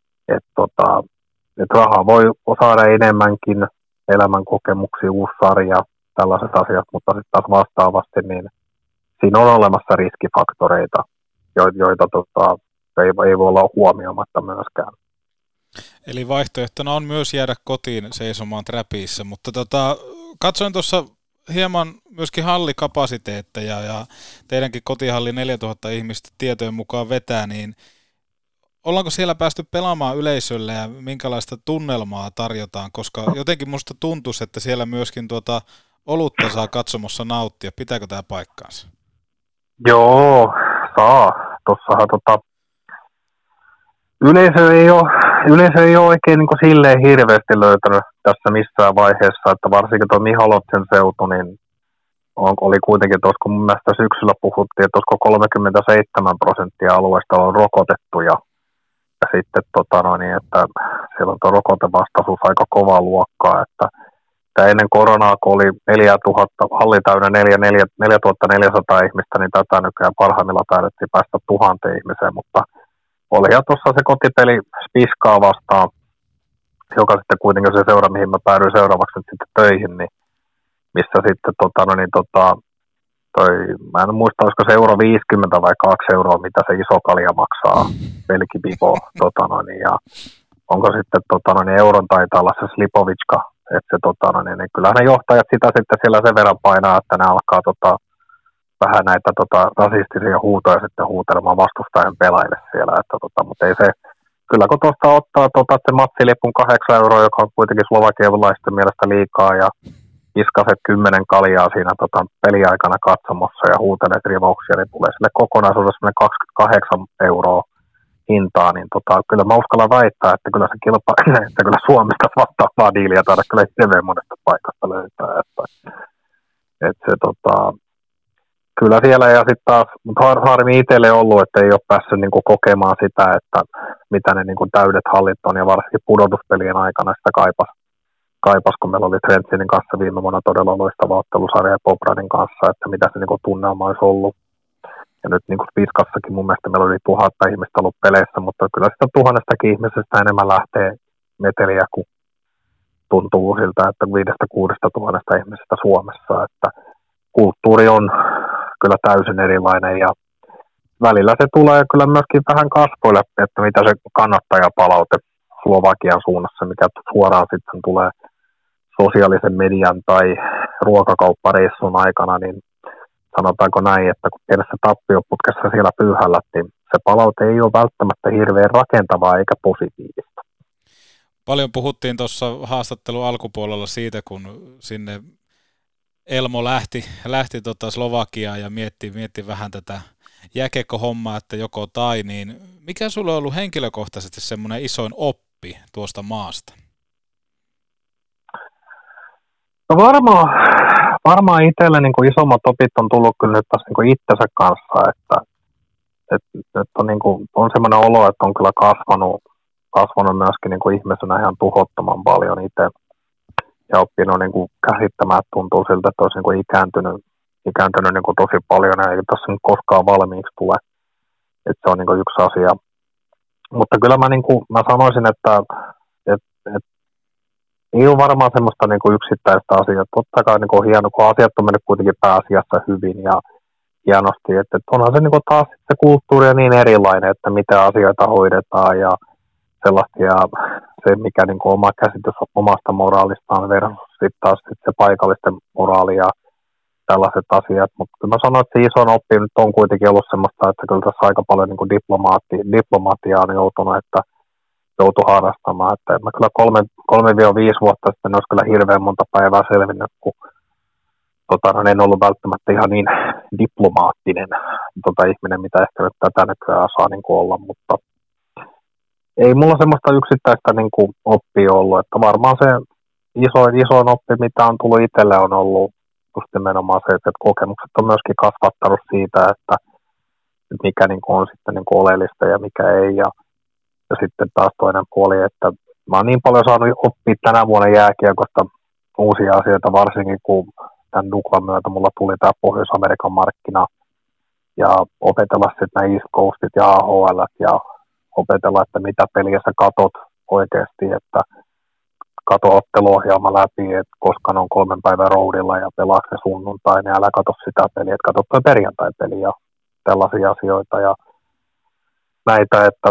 Et rahaa voi saada enemmänkin, elämän kokemuksia, uusi sarja, tällaiset asiat, mutta sitten taas vastaavasti, niin siinä on olemassa riskifaktoreita, joita ei voi olla huomioimatta myöskään. Eli vaihtoehtona on myös jäädä kotiin seisomaan trapissa, mutta katsoin tuossa hieman myöskin hallikapasiteetteja ja teidänkin kotihalli 4000 ihmistä tietojen mukaan vetää, niin ollaanko siellä päästy pelaamaan yleisölle ja minkälaista tunnelmaa tarjotaan, koska jotenkin musta tuntuisi, että siellä myöskin olutta saa katsomossa nauttia. Pitääkö tämä paikkaansa? Joo, saa. Tuossahan Yleisö ei ole oikein niin kuin silleen hirveästi löytänyt tässä missään vaiheessa, että varsinkin tuo Mihalovcen seutu, niin oli kuitenkin tuossa, kun mun mielestä syksyllä puhuttiin, että olisiko 37% alueesta on rokotettuja. Ja sitten, että siellä on tuo rokotevastaisuus aika kovaa luokkaa, että ennen koronaa, kun oli 4000, halli täynnä 4400 ihmistä, niin tätä nykyään parhaimmilla taidettiin päästä 1000 ihmiseen, mutta oli ja tuossa se kotipeli Spiskaa vastaan, joka sitten kuitenkin se seura, mihin mä päädyin seuraavaksi sitten töihin, niin missä sitten mä en muista, olisiko se euro 50 vai 2 euroa, mitä se iso kalja maksaa, Velkipipo, ja onko sitten euron taitaa olla se Slipovitska, että se niin kyllähän ne johtajat sitä sitten siellä sen verran painaa, että ne alkaa vähän näitä rasistisia huutoja sitten huutelemaan vastustajan pelaajille siellä, mutta ei se, kyllä kun tuosta ottaa se matsilipun 8 euroa, joka on kuitenkin slovakialaisten mielestä liikaa, ja iskaset 10 kaljaa siinä peliaikana katsomossa ja huutelet rivauksia, niin tulee sille kokonaisuudessa 28 euroa hintaa, niin kyllä mä uskallan väittää, että kyllä se että kyllä Suomesta vastaavaa diiliä taida kyllä hirveän monesta paikasta löytää. Että se kyllä siellä ja sitten taas, mutta harmi itselle ollut, että ei ole päässyt niinku kokemaan sitä, että mitä ne niinku täydet hallit on, ja varsinkin pudotuspelien aikana sitä kaipas, kun meillä oli Trentsinin kanssa viime vuonna todella loistava ottelusarja Popradin kanssa, että mitä se niinku tunnelma olisi ollut. Ja nyt niinku Spiskassakin mun mielestä meillä oli 1000 ihmistä ollut peleissä, mutta kyllä sitä 1000 ihmisestä enemmän lähtee meteliä, kun tuntuu siltä, että 5-6 tuhannesta ihmisestä Suomessa, että kulttuuri on kyllä täysin erilainen ja välillä se tulee kyllä myöskin vähän kasvoille, että mitä se kannattajapalaute Slovakian suunnassa, mikä suoraan sitten tulee sosiaalisen median tai ruokakauppareissun aikana, niin sanotaanko näin, että kun pienessä tappioputkessa siellä pyyhällä, niin se palaute ei ole välttämättä hirveän rakentavaa eikä positiivista. Paljon puhuttiin tuossa haastattelun alkupuolella siitä, kun sinne Elmo lähti Slovakiaan ja mietti vähän tätä jääkiekko-hommaa, että joko tai, niin mikä sulla on ollut henkilökohtaisesti semmoinen isoin oppi tuosta maasta? No varmaan itselle niin kuin isommat opit on tullut kyllä nyt tässä niin kuin itsensä kanssa, että on, niin kuin, on semmoinen olo, että on kyllä kasvanut myöskin niin kuin ihmisenä ihan tuhottoman paljon itse. Ja oppinut niin kuin käsittämään, että tuntuu siltä, että olisi niin kuin ikääntynyt niin kuin tosi paljon ja ei tässä nyt koskaan valmiiksi tule. Että se on niin kuin yksi asia. Mutta kyllä mä sanoisin, että ei ole varmaan semmoista niin kuin yksittäistä asiaa. Totta kai niin kuin hieno, kun asiat on mennyt kuitenkin pääasiassa hyvin ja hienosti. Että onhan se niin kuin taas se kulttuuri on niin erilainen, että mitä asioita hoidetaan ja sellaista. Ja se, mikä niin kuin oma käsitys omasta moraalistaan versus sitten taas se paikallisten moraali ja tällaiset asiat. Mutta kyllä mä sanoin, että se iso oppi nyt on kuitenkin ollut semmoista, että kyllä tässä aika paljon niin kuin diplomatiaa on joutunut, että joutui harrastamaan. Että mä kyllä 3-5 vuotta sitten olisi kyllä hirveän monta päivää selvinnyt, kun en ollut välttämättä ihan niin diplomaattinen ihminen, mitä ehkä nyt tätä nykyään saa niin kuin olla, mutta ei mulla semmoista yksittäistä niin kuin oppia ollut, että varmaan se isoin oppi, mitä on tullut itselle, on ollut just nimenomaan se, että kokemukset on myöskin kasvattanut siitä, että mikä niin kuin on sitten niin kuin oleellista ja mikä ei. Ja sitten taas toinen puoli, että mä oon niin paljon saanut oppia tänä vuonna jääkiekosta uusia asioita, varsinkin kun tämän Duklan myötä mulla tuli tämä Pohjois-Amerikan markkina ja opetella sitten nämä East Coastit ja AHL ja opetella, että mitä peliä sä katot oikeasti, että kato otteluohjelma läpi, että koska ne on 3 päivän roadilla ja pelaako ne sunnuntai, niin älä kato sitä peliä, että kato toi perjantai-peli ja tällaisia asioita ja näitä, että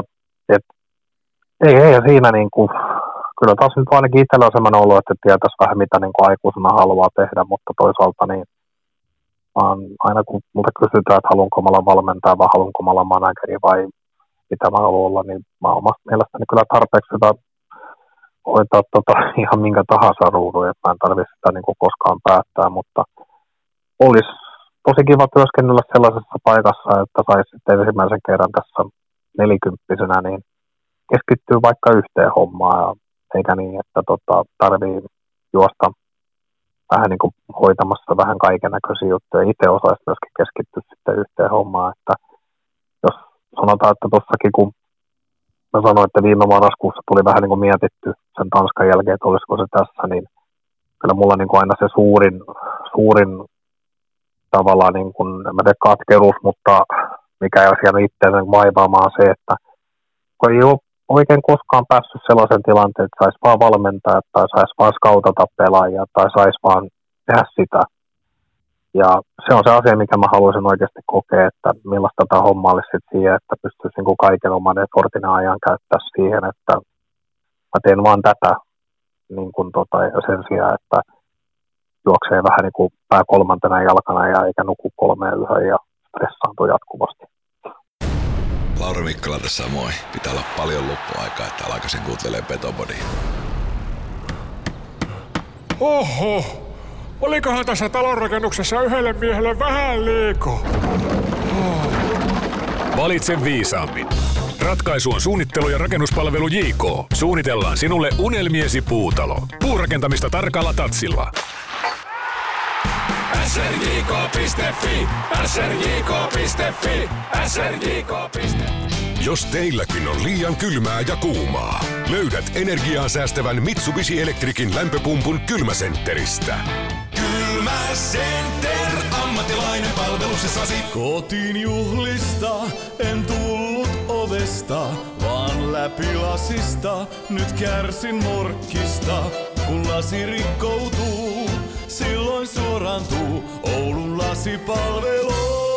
ei siinä niin kuin, kyllä taas nyt ainakin itsellä on sellainen olo, että tietäisi vähän mitä niin kuin aikuisena haluaa tehdä, mutta toisaalta niin aina kun multa kysytään, että haluanko mä olla valmentaja vai haluanko mä olla manageri vai mitä mä haluan olla, niin mä oon omasta mielestäni kyllä tarpeeksi hyvä hoitaa ihan minkä tahansa ruudun, että mä en tarvitse sitä niin kuin koskaan päättää, mutta olisi tosi kiva työskennellä sellaisessa paikassa, että saisi sitten ensimmäisen kerran tässä 40-vuotiaana niin keskittyy vaikka yhteen hommaan, eikä niin, että tarvii juosta vähän niin kuin hoitamassa vähän kaiken näköisiä juttuja. Itse osaisi myöskin keskittyä sitten yhteen hommaan, että jos sanotaan, että tuossakin kun mä sanoin, että viime marraskuussa tuli vähän niin kuin mietitty sen Tanskan jälkeen, että olisiko se tässä, niin kyllä mulla niin kuin aina se suurin tavallaan niin kuin, en mä tiedä katkeruus, mutta mikä ei ole siellä itseään vaivaamaan se, että kun ei ole oikein koskaan päässyt sellaisen tilanteen, että saisi vaan valmentaa tai saisi vaan skautata pelaajia tai saisi vaan tehdä sitä. Ja se on se asia, mikä mä haluaisin oikeasti kokea, että millaista tämä homma olisi sitten siihen, että pystyisi niin kuin kaiken oman effortin ajan käyttää siihen, että mä teen vaan tätä niin kuin sen sijaan, että juoksee vähän niin kuin pää 3. jalkana ja eikä nuku 3 yhden ja stressaantuu jatkuvasti. Lauri Mikkala tässä moi. Pitää olla paljon loppuaikaa, että alkaisin kuuntelemaan Petopodia. Oho! Olikohan tässä talonrakennuksessa yhdelle miehelle vähän liikaa? Valitse viisaammin. Ratkaisu on suunnittelu- ja rakennuspalvelu J.K. Suunnitellaan sinulle unelmiesi puutalo. Puurakentamista tarkalla tatsilla. srjk.fi, srjk.fi, srjk.fi. Jos teilläkin on liian kylmää ja kuumaa, löydät energiaa säästävän Mitsubishi Electricin lämpöpumpun Kylmäsentteristä. Kylmäcenter, ammattilainen palveluksessasi. Kotiin juhlista en tullut ovesta, vaan läpi lasista. Nyt kärsin morkkista, kun lasi rikkoutuu. Silloin suoraantuu Oulun lasipalvelu.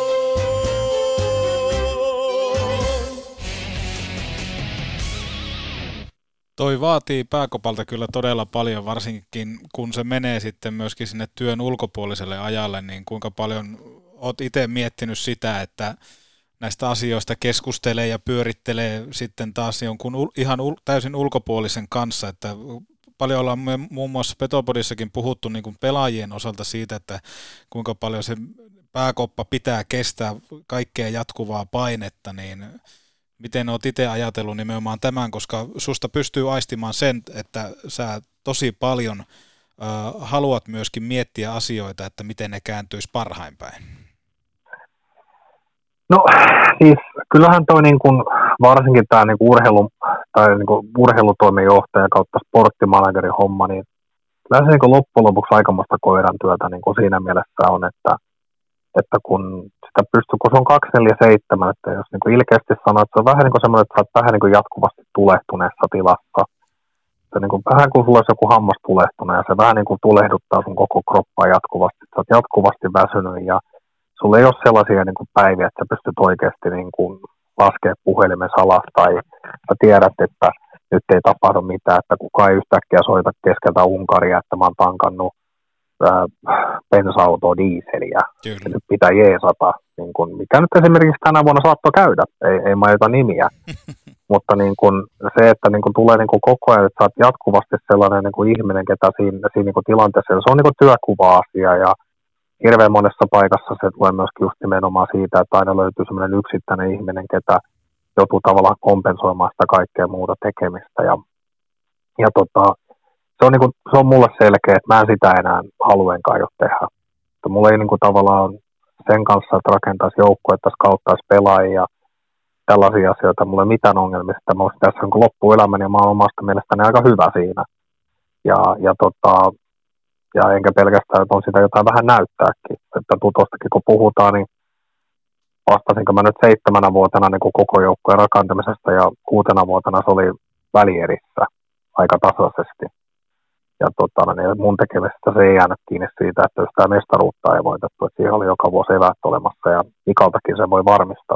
Toi vaatii pääkopalta kyllä todella paljon, varsinkin kun se menee sitten myöskin sinne työn ulkopuoliselle ajalle, niin kuinka paljon oot itse miettinyt sitä, että näistä asioista keskustelee ja pyörittelee sitten taas jonkun ihan täysin ulkopuolisen kanssa, että paljon ollaan muun muassa Petopodissakin puhuttu niin kuin pelaajien osalta siitä, että kuinka paljon se pääkoppa pitää kestää kaikkea jatkuvaa painetta, niin miten olet itse ajatellut nimenomaan tämän, koska susta pystyy aistimaan sen, että sä tosi paljon haluat myöskin miettiä asioita, että miten ne kääntyisi parhain päin? No siis kyllähän toi niin kuin, varsinkin tämä niin urheilutoimenjohtaja kautta sporttimanagerin homma, niin kyllä se niin loppujen lopuksi aikamoista koiran työtä niin kuin siinä mielessä on, että kun sitä pystyy, kun se on 247, että jos niin kuin ilkeästi sanoo, että se on vähän niin kuin semmoinen, että sä oot vähän niin kuin jatkuvasti tulehtuneessa tilassa. Se niin kuin, vähän kuin sulla olisi joku hammas tulehtunut ja se vähän niin kuin tulehduttaa sun koko kroppaa jatkuvasti. Sä oot jatkuvasti väsynyt ja sulla ei ole sellaisia niin kuin päiviä, että sä pystyt oikeasti niin kuin laskemaan puhelimessa alas tai sä tiedät, että nyt ei tapahdu mitään, että kukaan ei yhtäkkiä soita keskeltä Unkaria, että mä oon tankannut bensa-autoa dieseliä, nyt pitää jeesata, niin kun, mikä nyt esimerkiksi tänä vuonna saattoi käydä, ei mainita nimiä, mutta niin kun, se, että niin kun tulee niin kun koko ajan, että sä oot jatkuvasti sellainen niin kun ihminen, ketä siinä niin kun tilanteessa, se on niin kun työkuva-asia ja hirveän monessa paikassa se tulee myöskin just nimenomaan siitä, että aina löytyy sellainen yksittäinen ihminen, ketä joutuu tavallaan kompensoimaan sitä kaikkea muuta tekemistä ja se on mulle selkeä, että mä en sitä enää haluenkaan jo tehdä. Että mulla ei niin kuin tavallaan sen kanssa, että rakentaisi joukkoja, että skauttaisi pelaajia ja tällaisia asioita. Mulla ei mitään ongelmia, että mä olisin tässä niin loppuelämäni ja mä oon omasta mielestäni aika hyvä siinä. Ja enkä pelkästään, että on sitä jotain vähän näyttääkin. Että tuostakin kun puhutaan, niin vastasinko mä nyt 7 vuotena niin kuin koko joukkojen rakentamisesta ja 6 vuotena se oli välierissä aika tasaisesti. Ja mun tekemisestä se ei jäänyt kiinni siitä, että jos tämä mestaruutta ei voitettu, että siihen oli joka vuosi eväät olemassa ja Ikaltakin se voi varmistaa.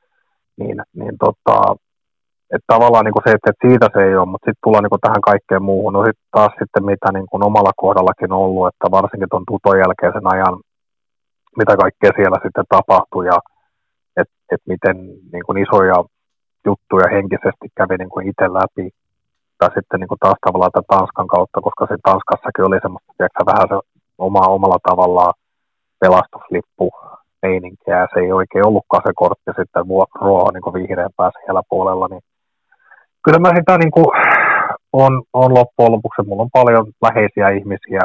Että tavallaan niin kuin se, että siitä se ei ole, mutta sitten tullaan niin kuin tähän kaikkeen muuhun. No sitten taas sitten mitä niin kuin omalla kohdallakin on ollut, että varsinkin tuon tuton jälkeisen ajan, mitä kaikkea siellä sitten tapahtui ja että miten niin kuin isoja juttuja henkisesti kävi niin kuin itse läpi. Tai sitten niin kuin taas tavallaan tämän Tanskan kautta, koska se Tanskassakin oli semmoista, tiedätkö, vähän se omalla tavallaan pelastuslippu meininkiä, ja se ei oikein ollutkaan se kortti sitten ruoho niin kuin vihreämpää siellä puolella, niin kyllä mä sitä niin kuin on loppujen lopuksi, mulla on paljon läheisiä ihmisiä,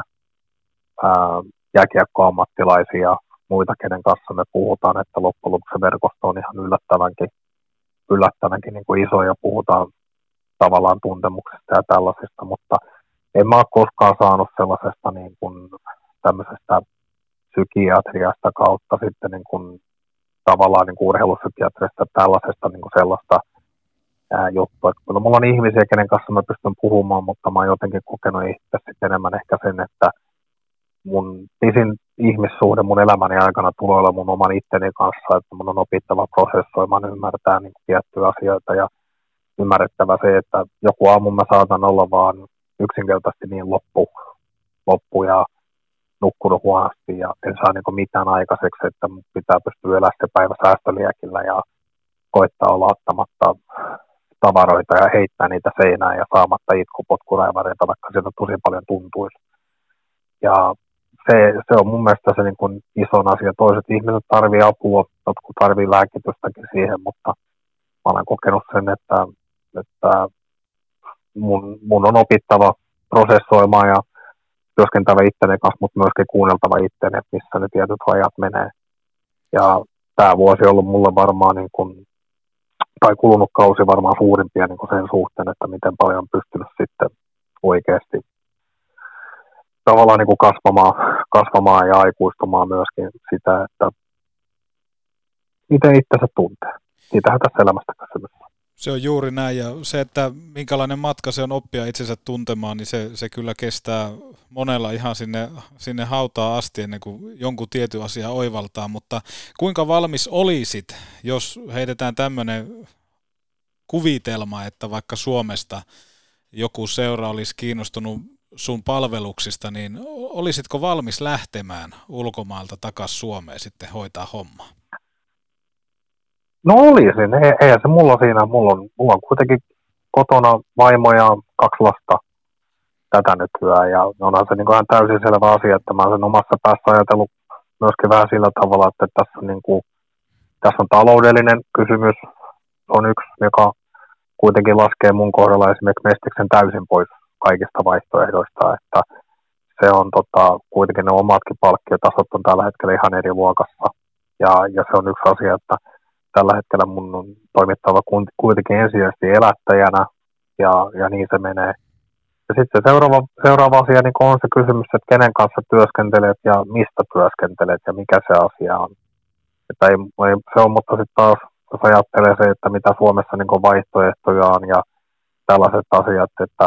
jääkiekkoammattilaisia ja muita, kenen kanssa me puhutaan, että loppujen lopuksi se verkosto on ihan yllättävänkin niin kuin iso ja puhutaan tavallaan tuntemuksesta ja tällaisesta, mutta en mä ole koskaan saanut sellaisesta niin kuin tämmöisestä psykiatriasta kautta sitten niin kuin tavallaan niin kuin urheilupsykiatriasta tällaisesta niin kuin sellaista juttua. Että kyllä mulla on ihmisiä, kenen kanssa mä pystyn puhumaan, mutta mä oon jotenkin kokenut itse sitten enemmän ehkä sen, että mun pisin ihmissuhde mun elämäni aikana tulee olla mun oman itteni kanssa, että mun on opittava prosessoimaan, ymmärtää niin kuin tiettyjä asioita ja ymmärrettävä se, että joku aamu mä saatan olla vaan yksinkertaisesti niin loppu ja nukkunut huonosti ja en saa niin kuin mitään aikaiseksi, että pitää pystyä elämään se päivä säästöliäkillä ja koittaa olla ottamatta tavaroita ja heittää niitä seinään ja saamatta itkupotkuraivareita, vaikka sieltä tosi paljon tuntuisi. Ja se on mun mielestä se niin kuin ison asia. Toiset ihmiset tarvii apua, jotkut tarvii lääkitystäkin siihen, mutta Mä olen kokenut sen, että mun on opittava prosessoimaan ja työskentävä itteni kanssa, mutta myöskin kuunneltava itteni, että missä ne tietyt rajat menee. Ja tämä vuosi on ollut mulle varmaan, tai kulunut kausi varmaan suurimpia sen suhteen, että miten paljon on pystynyt sitten oikeasti tavallaan kasvamaan ja aikuistumaan myöskin sitä, että miten itsensä tuntee. Siitähän tässä elämästä kysymys. Se on juuri näin, ja se, että minkälainen matka se on oppia itsensä tuntemaan, niin se kyllä kestää monella ihan sinne hautaan asti ennen kuin jonkun tietyn asia oivaltaa, mutta kuinka valmis olisit, jos heitetään tämmöinen kuvitelma, että vaikka Suomesta joku seura olisi kiinnostunut sun palveluksista, niin olisitko valmis lähtemään ulkomailta takaisin Suomeen sitten hoitaa hommaa? No olisin, eihän se mulla siinä, mulla on kuitenkin kotona vaimo ja 2 lasta tätä nykyään, ja onhan se ihan täysin selvä asia, että mä olen sen omassa päässä ajatellut myöskin vähän sillä tavalla, että tässä on taloudellinen kysymys, on yksi, joka kuitenkin laskee mun kohdalla esimerkiksi Mestiksen täysin pois kaikista vaihtoehdoista, että se on kuitenkin ne omatkin palkkiotasot on tällä hetkellä ihan eri luokassa, ja se on yksi asia, että tällä hetkellä mun on toimittava kuitenkin ensisijaisesti elättäjänä, ja niin se menee. Ja sitten se seuraava asia niin on se kysymys, että kenen kanssa työskentelet ja mistä työskentelet ja mikä se asia on. Että se on, mutta sitten taas, jos ajattelee se, että mitä Suomessa niin vaihtoehtoja on ja tällaiset asiat, että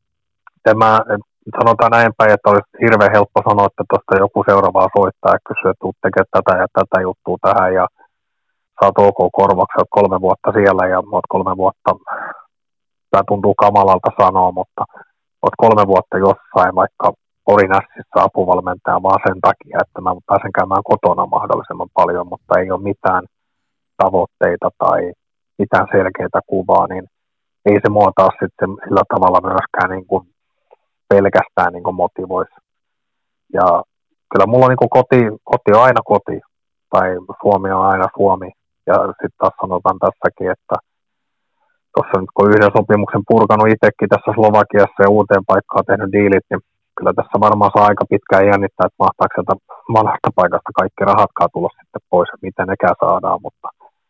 sanotaan näin päin, että olisi hirveän helppo sanoa, että tuosta joku seuraavaa soittaa ja kysyy, että tulet tekemään tätä ja tätä juttua tähän ja saat OK-korvauksia, 3 vuotta siellä ja olet 3 vuotta, tämä tuntuu kamalalta sanoa, mutta olet 3 vuotta jossain, vaikka Orinässissä apuvalmentaja vaan sen takia, että mä pääsen käymään kotona mahdollisimman paljon, mutta ei ole mitään tavoitteita tai mitään selkeää kuvaa, niin ei se mua taas sitten sillä tavalla myöskään pelkästään motivoisi. Ja kyllä mulla koti on aina koti, tai Suomi on aina Suomi. Ja sitten taas sanotaan tässäkin, että tuossa nyt kun yhden sopimuksen purkanut itsekin tässä Slovakiassa ja uuteen paikkaan tehnyt diilit, niin kyllä tässä varmaan saa aika pitkään jännittää, että mahtaako sieltä vanhasta paikasta kaikki rahatkaan tulla sitten pois, että miten nekään saadaan, mutta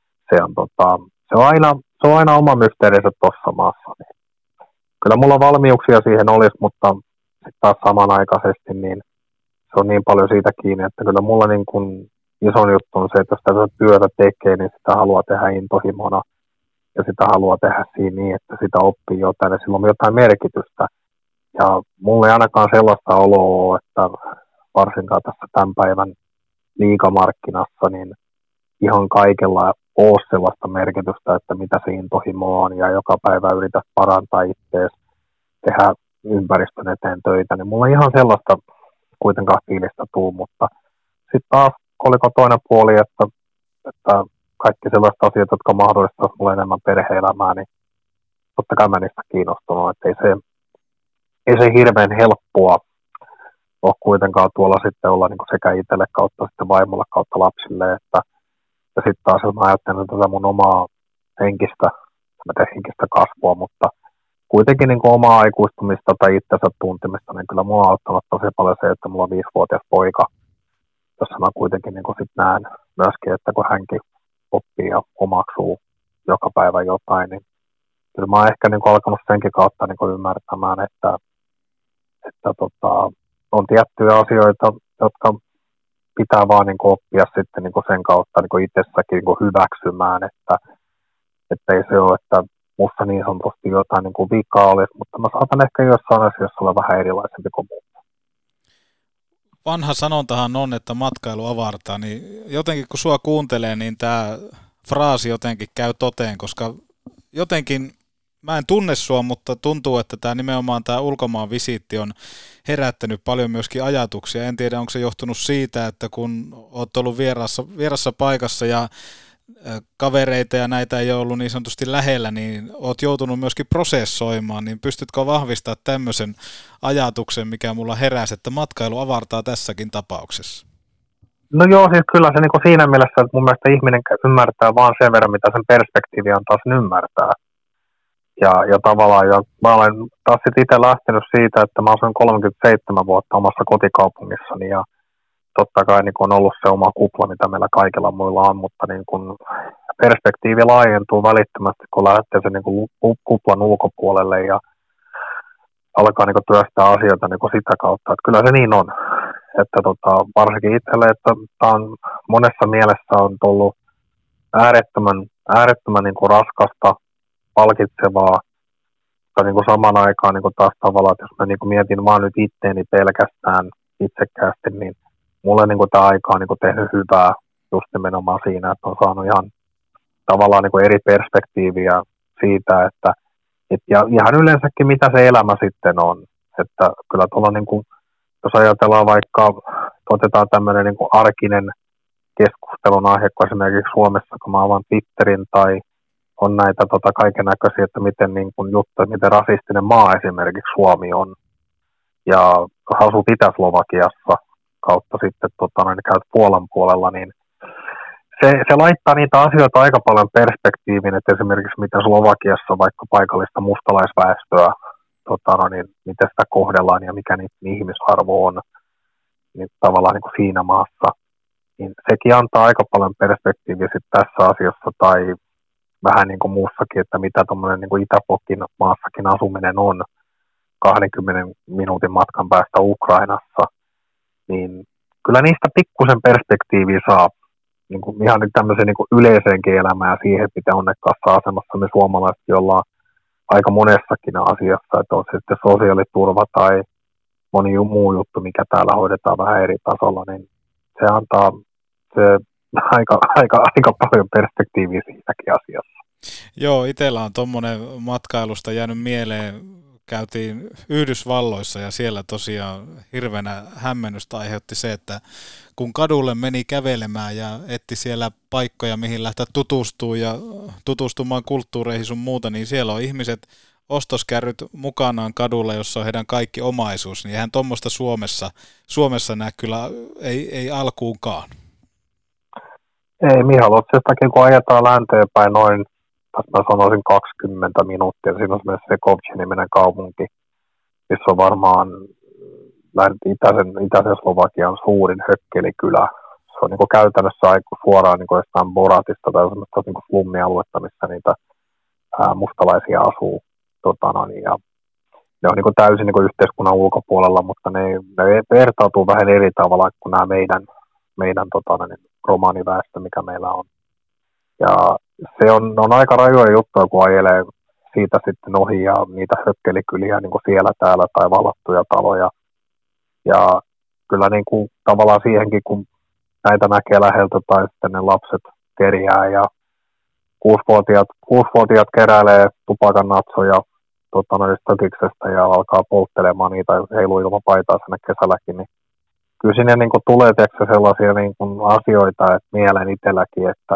se on aina oma mysteerinsä tuossa maassa. Niin kyllä mulla valmiuksia siihen olisi, mutta sitten taas samanaikaisesti niin se on niin paljon siitä kiinni, että kyllä mulla ison juttu on se, että jos tätä työtä tekee, niin sitä haluaa tehdä intohimona ja sitä haluaa tehdä siinä niin, että sitä oppii jotain ja sillä on jotain merkitystä. Ja mulla ei ainakaan sellaista oloa ole, että varsinkaan tässä tämän päivän liigamarkkinassa, niin ihan kaikella ole sellaista merkitystä, että mitä se intohimo on ja joka päivä yrität parantaa itseäsi, tehdä ympäristön eteen töitä, niin mulla ei ihan sellaista kuitenkaan fiilistä tuu, mutta sitten taas oliko toinen puoli, että kaikki sellaiset asiat, jotka mahdollistaisivat mulle enemmän perhe-elämää, niin totta kai mä niistä kiinnostunut, että ei se hirveän helppoa ole kuitenkaan tuolla sitten olla sekä itselle kautta sitten vaimolle kautta lapsille, että ja sitten taas jos mä ajattelen tätä mun omaa henkistä kasvua, mutta kuitenkin omaa aikuistumista tai itsensä tuntemista, niin kyllä mua on auttanut tosi paljon se, että mulla on 5-vuotias poika, jossa mä kuitenkin sit näen myöskin, että kun hänkin oppii ja omaksuu joka päivä jotain, niin kyllä mä oon ehkä alkanut senkin kautta ymmärtämään, että on tiettyjä asioita, jotka pitää vaan oppia sitten sen kautta itsessäkin hyväksymään, että ei se ole, että musta niin sanotusti jotain vikaa olisi, mutta mä saatan ehkä jossain asiassa olla vähän erilaisempi kuin muuta. Vanha sanontahan on, että matkailu avartaa, niin jotenkin kun sua kuuntelee, niin tämä fraasi jotenkin käy toteen, koska jotenkin mä en tunne sua, mutta tuntuu, että nimenomaan tämä ulkomaan visiitti on herättänyt paljon myöskin ajatuksia. En tiedä, onko se johtunut siitä, että kun oot ollut vierassa paikassa ja kavereita ja näitä ei ole ollut niin sanotusti lähellä, niin oot joutunut myöskin prosessoimaan, niin pystytkö vahvistamaan tämmöisen ajatuksen, mikä mulla heräsi, että matkailu avartaa tässäkin tapauksessa? No joo, siis kyllä se niin kuin siinä mielessä, että mun mielestä ihminen ymmärtää vaan sen verran, mitä sen perspektiivi antaa sen ymmärtää. Ja tavallaan, ja mä olen taas sitten itse lähtenyt siitä, että mä asun 37 vuotta omassa kotikaupungissani, ja totta kai niin kun on ollut se oma kupla, mitä meillä kaikilla muilla on, mutta niin kun perspektiivi laajentuu välittömästi, kun lähtee sen niin kun kuplan ulkopuolelle ja alkaa niin kun työstää asioita niin kun sitä kautta. Että kyllä se niin on, että varsinkin itselle, että tämä on monessa mielessä on tullut äärettömän niin kun raskasta, palkitsevaa, mutta niin kuin samaan aikaan niin kuin taas tavallaan, että jos mä niin kuin mietin vaan nyt itteeni pelkästään itsekkäästi, niin mulle niin kuin tämä aika on niin kuin tehnyt hyvää just nimenomaan siinä, että on saanut ihan tavallaan niin kuin eri perspektiiviä siitä, että ja ihan yleensäkin mitä se elämä sitten on. Että kyllä tuolla niin kuin, jos ajatellaan vaikka, otetaan tämmöinen niin kuin arkinen keskustelun aihe, kun esimerkiksi Suomessa, kun mä avaan Twitterin tai on näitä kaiken näköisiä, että miten niin kun juttu, miten rasistinen maa esimerkiksi Suomi on. Ja jos asut Itä-Slovakiassa kautta sitten käyt Puolan puolella, niin se laittaa niitä asioita aika paljon perspektiiviin, että esimerkiksi miten Slovakiassa vaikka paikallista mustalaisväestöä, niin miten sitä kohdellaan ja mikä niiden ihmisarvo on niin tavallaan niin kuin siinä maassa. Niin sekin antaa aika paljon perspektiiviä sitten tässä asiassa tai vähän niin kuin muussakin, että mitä tuommoinen niin kuin Itäblokkin maassakin asuminen on 20 minuutin matkan päästä Ukrainassa, niin kyllä niistä pikkusen perspektiiviä saa niin kuin ihan nyt tämmöiseen niin kuin yleiseenkin elämään ja siihen, miten onnekkaassa asemassa me suomalaisetkin ollaan aika monessakin asiassa, että on se sitten sosiaaliturva tai moni muu juttu, mikä täällä hoidetaan vähän eri tasolla, niin se antaa se aika paljon perspektiiviä siitäkin asiassa. Joo, itsellä on tuommoinen matkailusta jäänyt mieleen. Käytiin Yhdysvalloissa ja siellä tosiaan hirveänä hämmennystä aiheutti se, että kun kadulle meni kävelemään ja etti siellä paikkoja, mihin lähteä tutustumaan kulttuureihin sun muuta, niin siellä on ihmiset ostoskärryt mukanaan kadulla, jossa on heidän kaikki omaisuus. Niin eihän tuommoista Suomessa näe kyllä, ei alkuunkaan. Ei, Mihalotsestakin kun ajetaan länteen päin noin, mä sanoisin 20 minuuttia, siinä on myös Sekovci-niminen kaupunki, missä on varmaan itäisen Slovakian suurin hökkelikylä. Se on niin kuin käytännössä aika suoraan niin kuin jostain Boratista tai semmoista niin kuin slummialuetta, missä niitä mustalaisia asuu. Ja ne on niin kuin täysin niin kuin yhteiskunnan ulkopuolella, mutta ne vertautuu vähän eri tavalla kuin nämä meidän romaaniväestö, mikä meillä on. Ja se on aika rajoja juttuja, kun ajelee siitä sitten ohi ja niitä hökkelikyliä niin kuin siellä täällä tai vallattuja taloja. Ja kyllä niin kuin tavallaan siihenkin, kun näitä näkee läheltä tai sitten ne lapset kerjää ja 6-vuotiaat keräilee tupakannatsoja stökiksestä ja alkaa polttelemaan niitä heiluu ilman paitaa sinne kesälläkin, niin kyllä sinne niin kuin tulee sellaisia niin kuin asioita, että mieleen itselläkin, että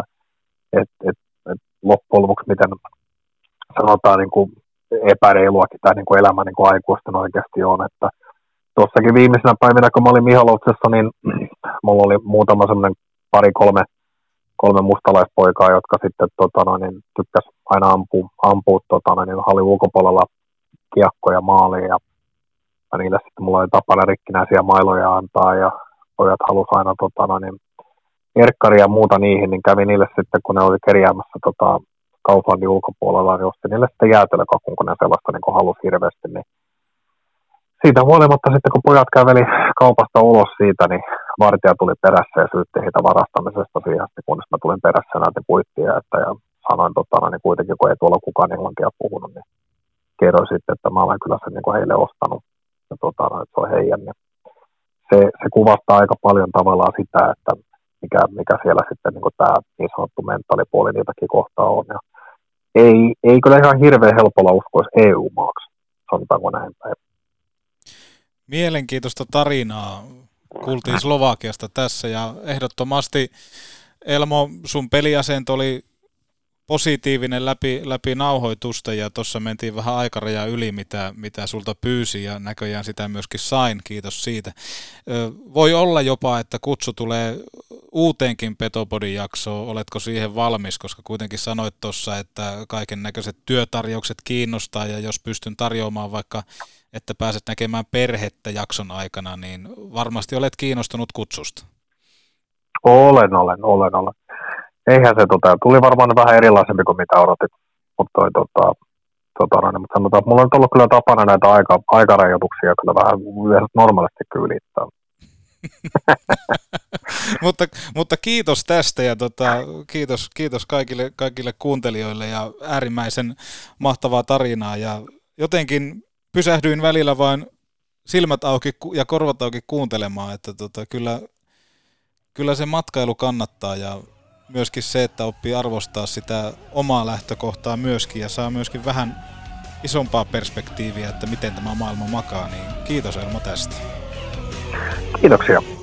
loppujen lopuksi miten sanotaan niin kuin epäreiluakin tämä niin kuin elämä niin kuin aikuisten oikeasti on, että tuossakin viimeisenä päivinä, kun mä olin Mihalotsessa, niin mulla oli muutama semmoinen kolme mustalaispoikaa, jotka sitten niin tykkäs aina ampua niin hallin ulkopuolella kiekkoja maaliin ja niille sitten mulla oli tapana rikkinäisiä mailoja antaa ja pojat halusi aina niin erkkaria ja muuta niihin, niin kävi niille sitten, kun ne oli kerjäämässä Kauflandin ulkopuolella, niin osti niille sitten jäätelökakun, kun ne sellaista niin halusi hirveästi, niin siitä huolimatta sitten, kun pojat käveli kaupasta ulos siitä, niin vartija tuli perässä ja syytti heitä varastamisesta siihen, kunnes mä tulin perässä ja näytin kuittia, ja sanoin niin kuitenkin, kun ei tuolla kukaan englantia puhunut, niin kerroin sitten, että mä olen kyllä sen niin heille ostanut, ja että se on heidän. Niin se kuvastaa aika paljon tavallaan sitä, että mikä siellä sitten niin tämä niin sanottu mentaalipuoli niitäkin kohtaa on. Ja ei kyllä ihan hirveän helpolla uskoisi EU-maaksi, sanotaanko näin päin. Mielenkiintoista tarinaa kuultiin Slovakiasta tässä ja ehdottomasti Elmo, sun peliasento oli positiivinen läpi nauhoitusta ja tuossa mentiin vähän aikarajaa yli, mitä sulta pyysi ja näköjään sitä myöskin sain, kiitos siitä. Voi olla jopa, että kutsu tulee uuteenkin Petopodin jaksoon, oletko siihen valmis, koska kuitenkin sanoit tuossa, että kaiken näköiset työtarjoukset kiinnostaa ja jos pystyn tarjoamaan vaikka, että pääset näkemään perhettä jakson aikana, niin varmasti olet kiinnostunut kutsusta. Olen. Eihän se tuli varmaan vähän erilaisempi kuin mitä odotin, mutta mutta sanotaan, että mulla on ollut kyllä tapana näitä aikarajoituksia kyllä vähän normaalisti ylittää. mutta kiitos tästä ja kiitos kaikille kuuntelijoille ja äärimmäisen mahtavaa tarinaa ja jotenkin pysähdyin välillä vain silmät auki ja korvat auki kuuntelemaan, että kyllä se matkailu kannattaa ja myöskin se, että oppii arvostaa sitä omaa lähtökohtaa myöskin ja saa myöskin vähän isompaa perspektiiviä, että miten tämä maailma makaa, niin kiitos Elmo tästä. Kiitoksia.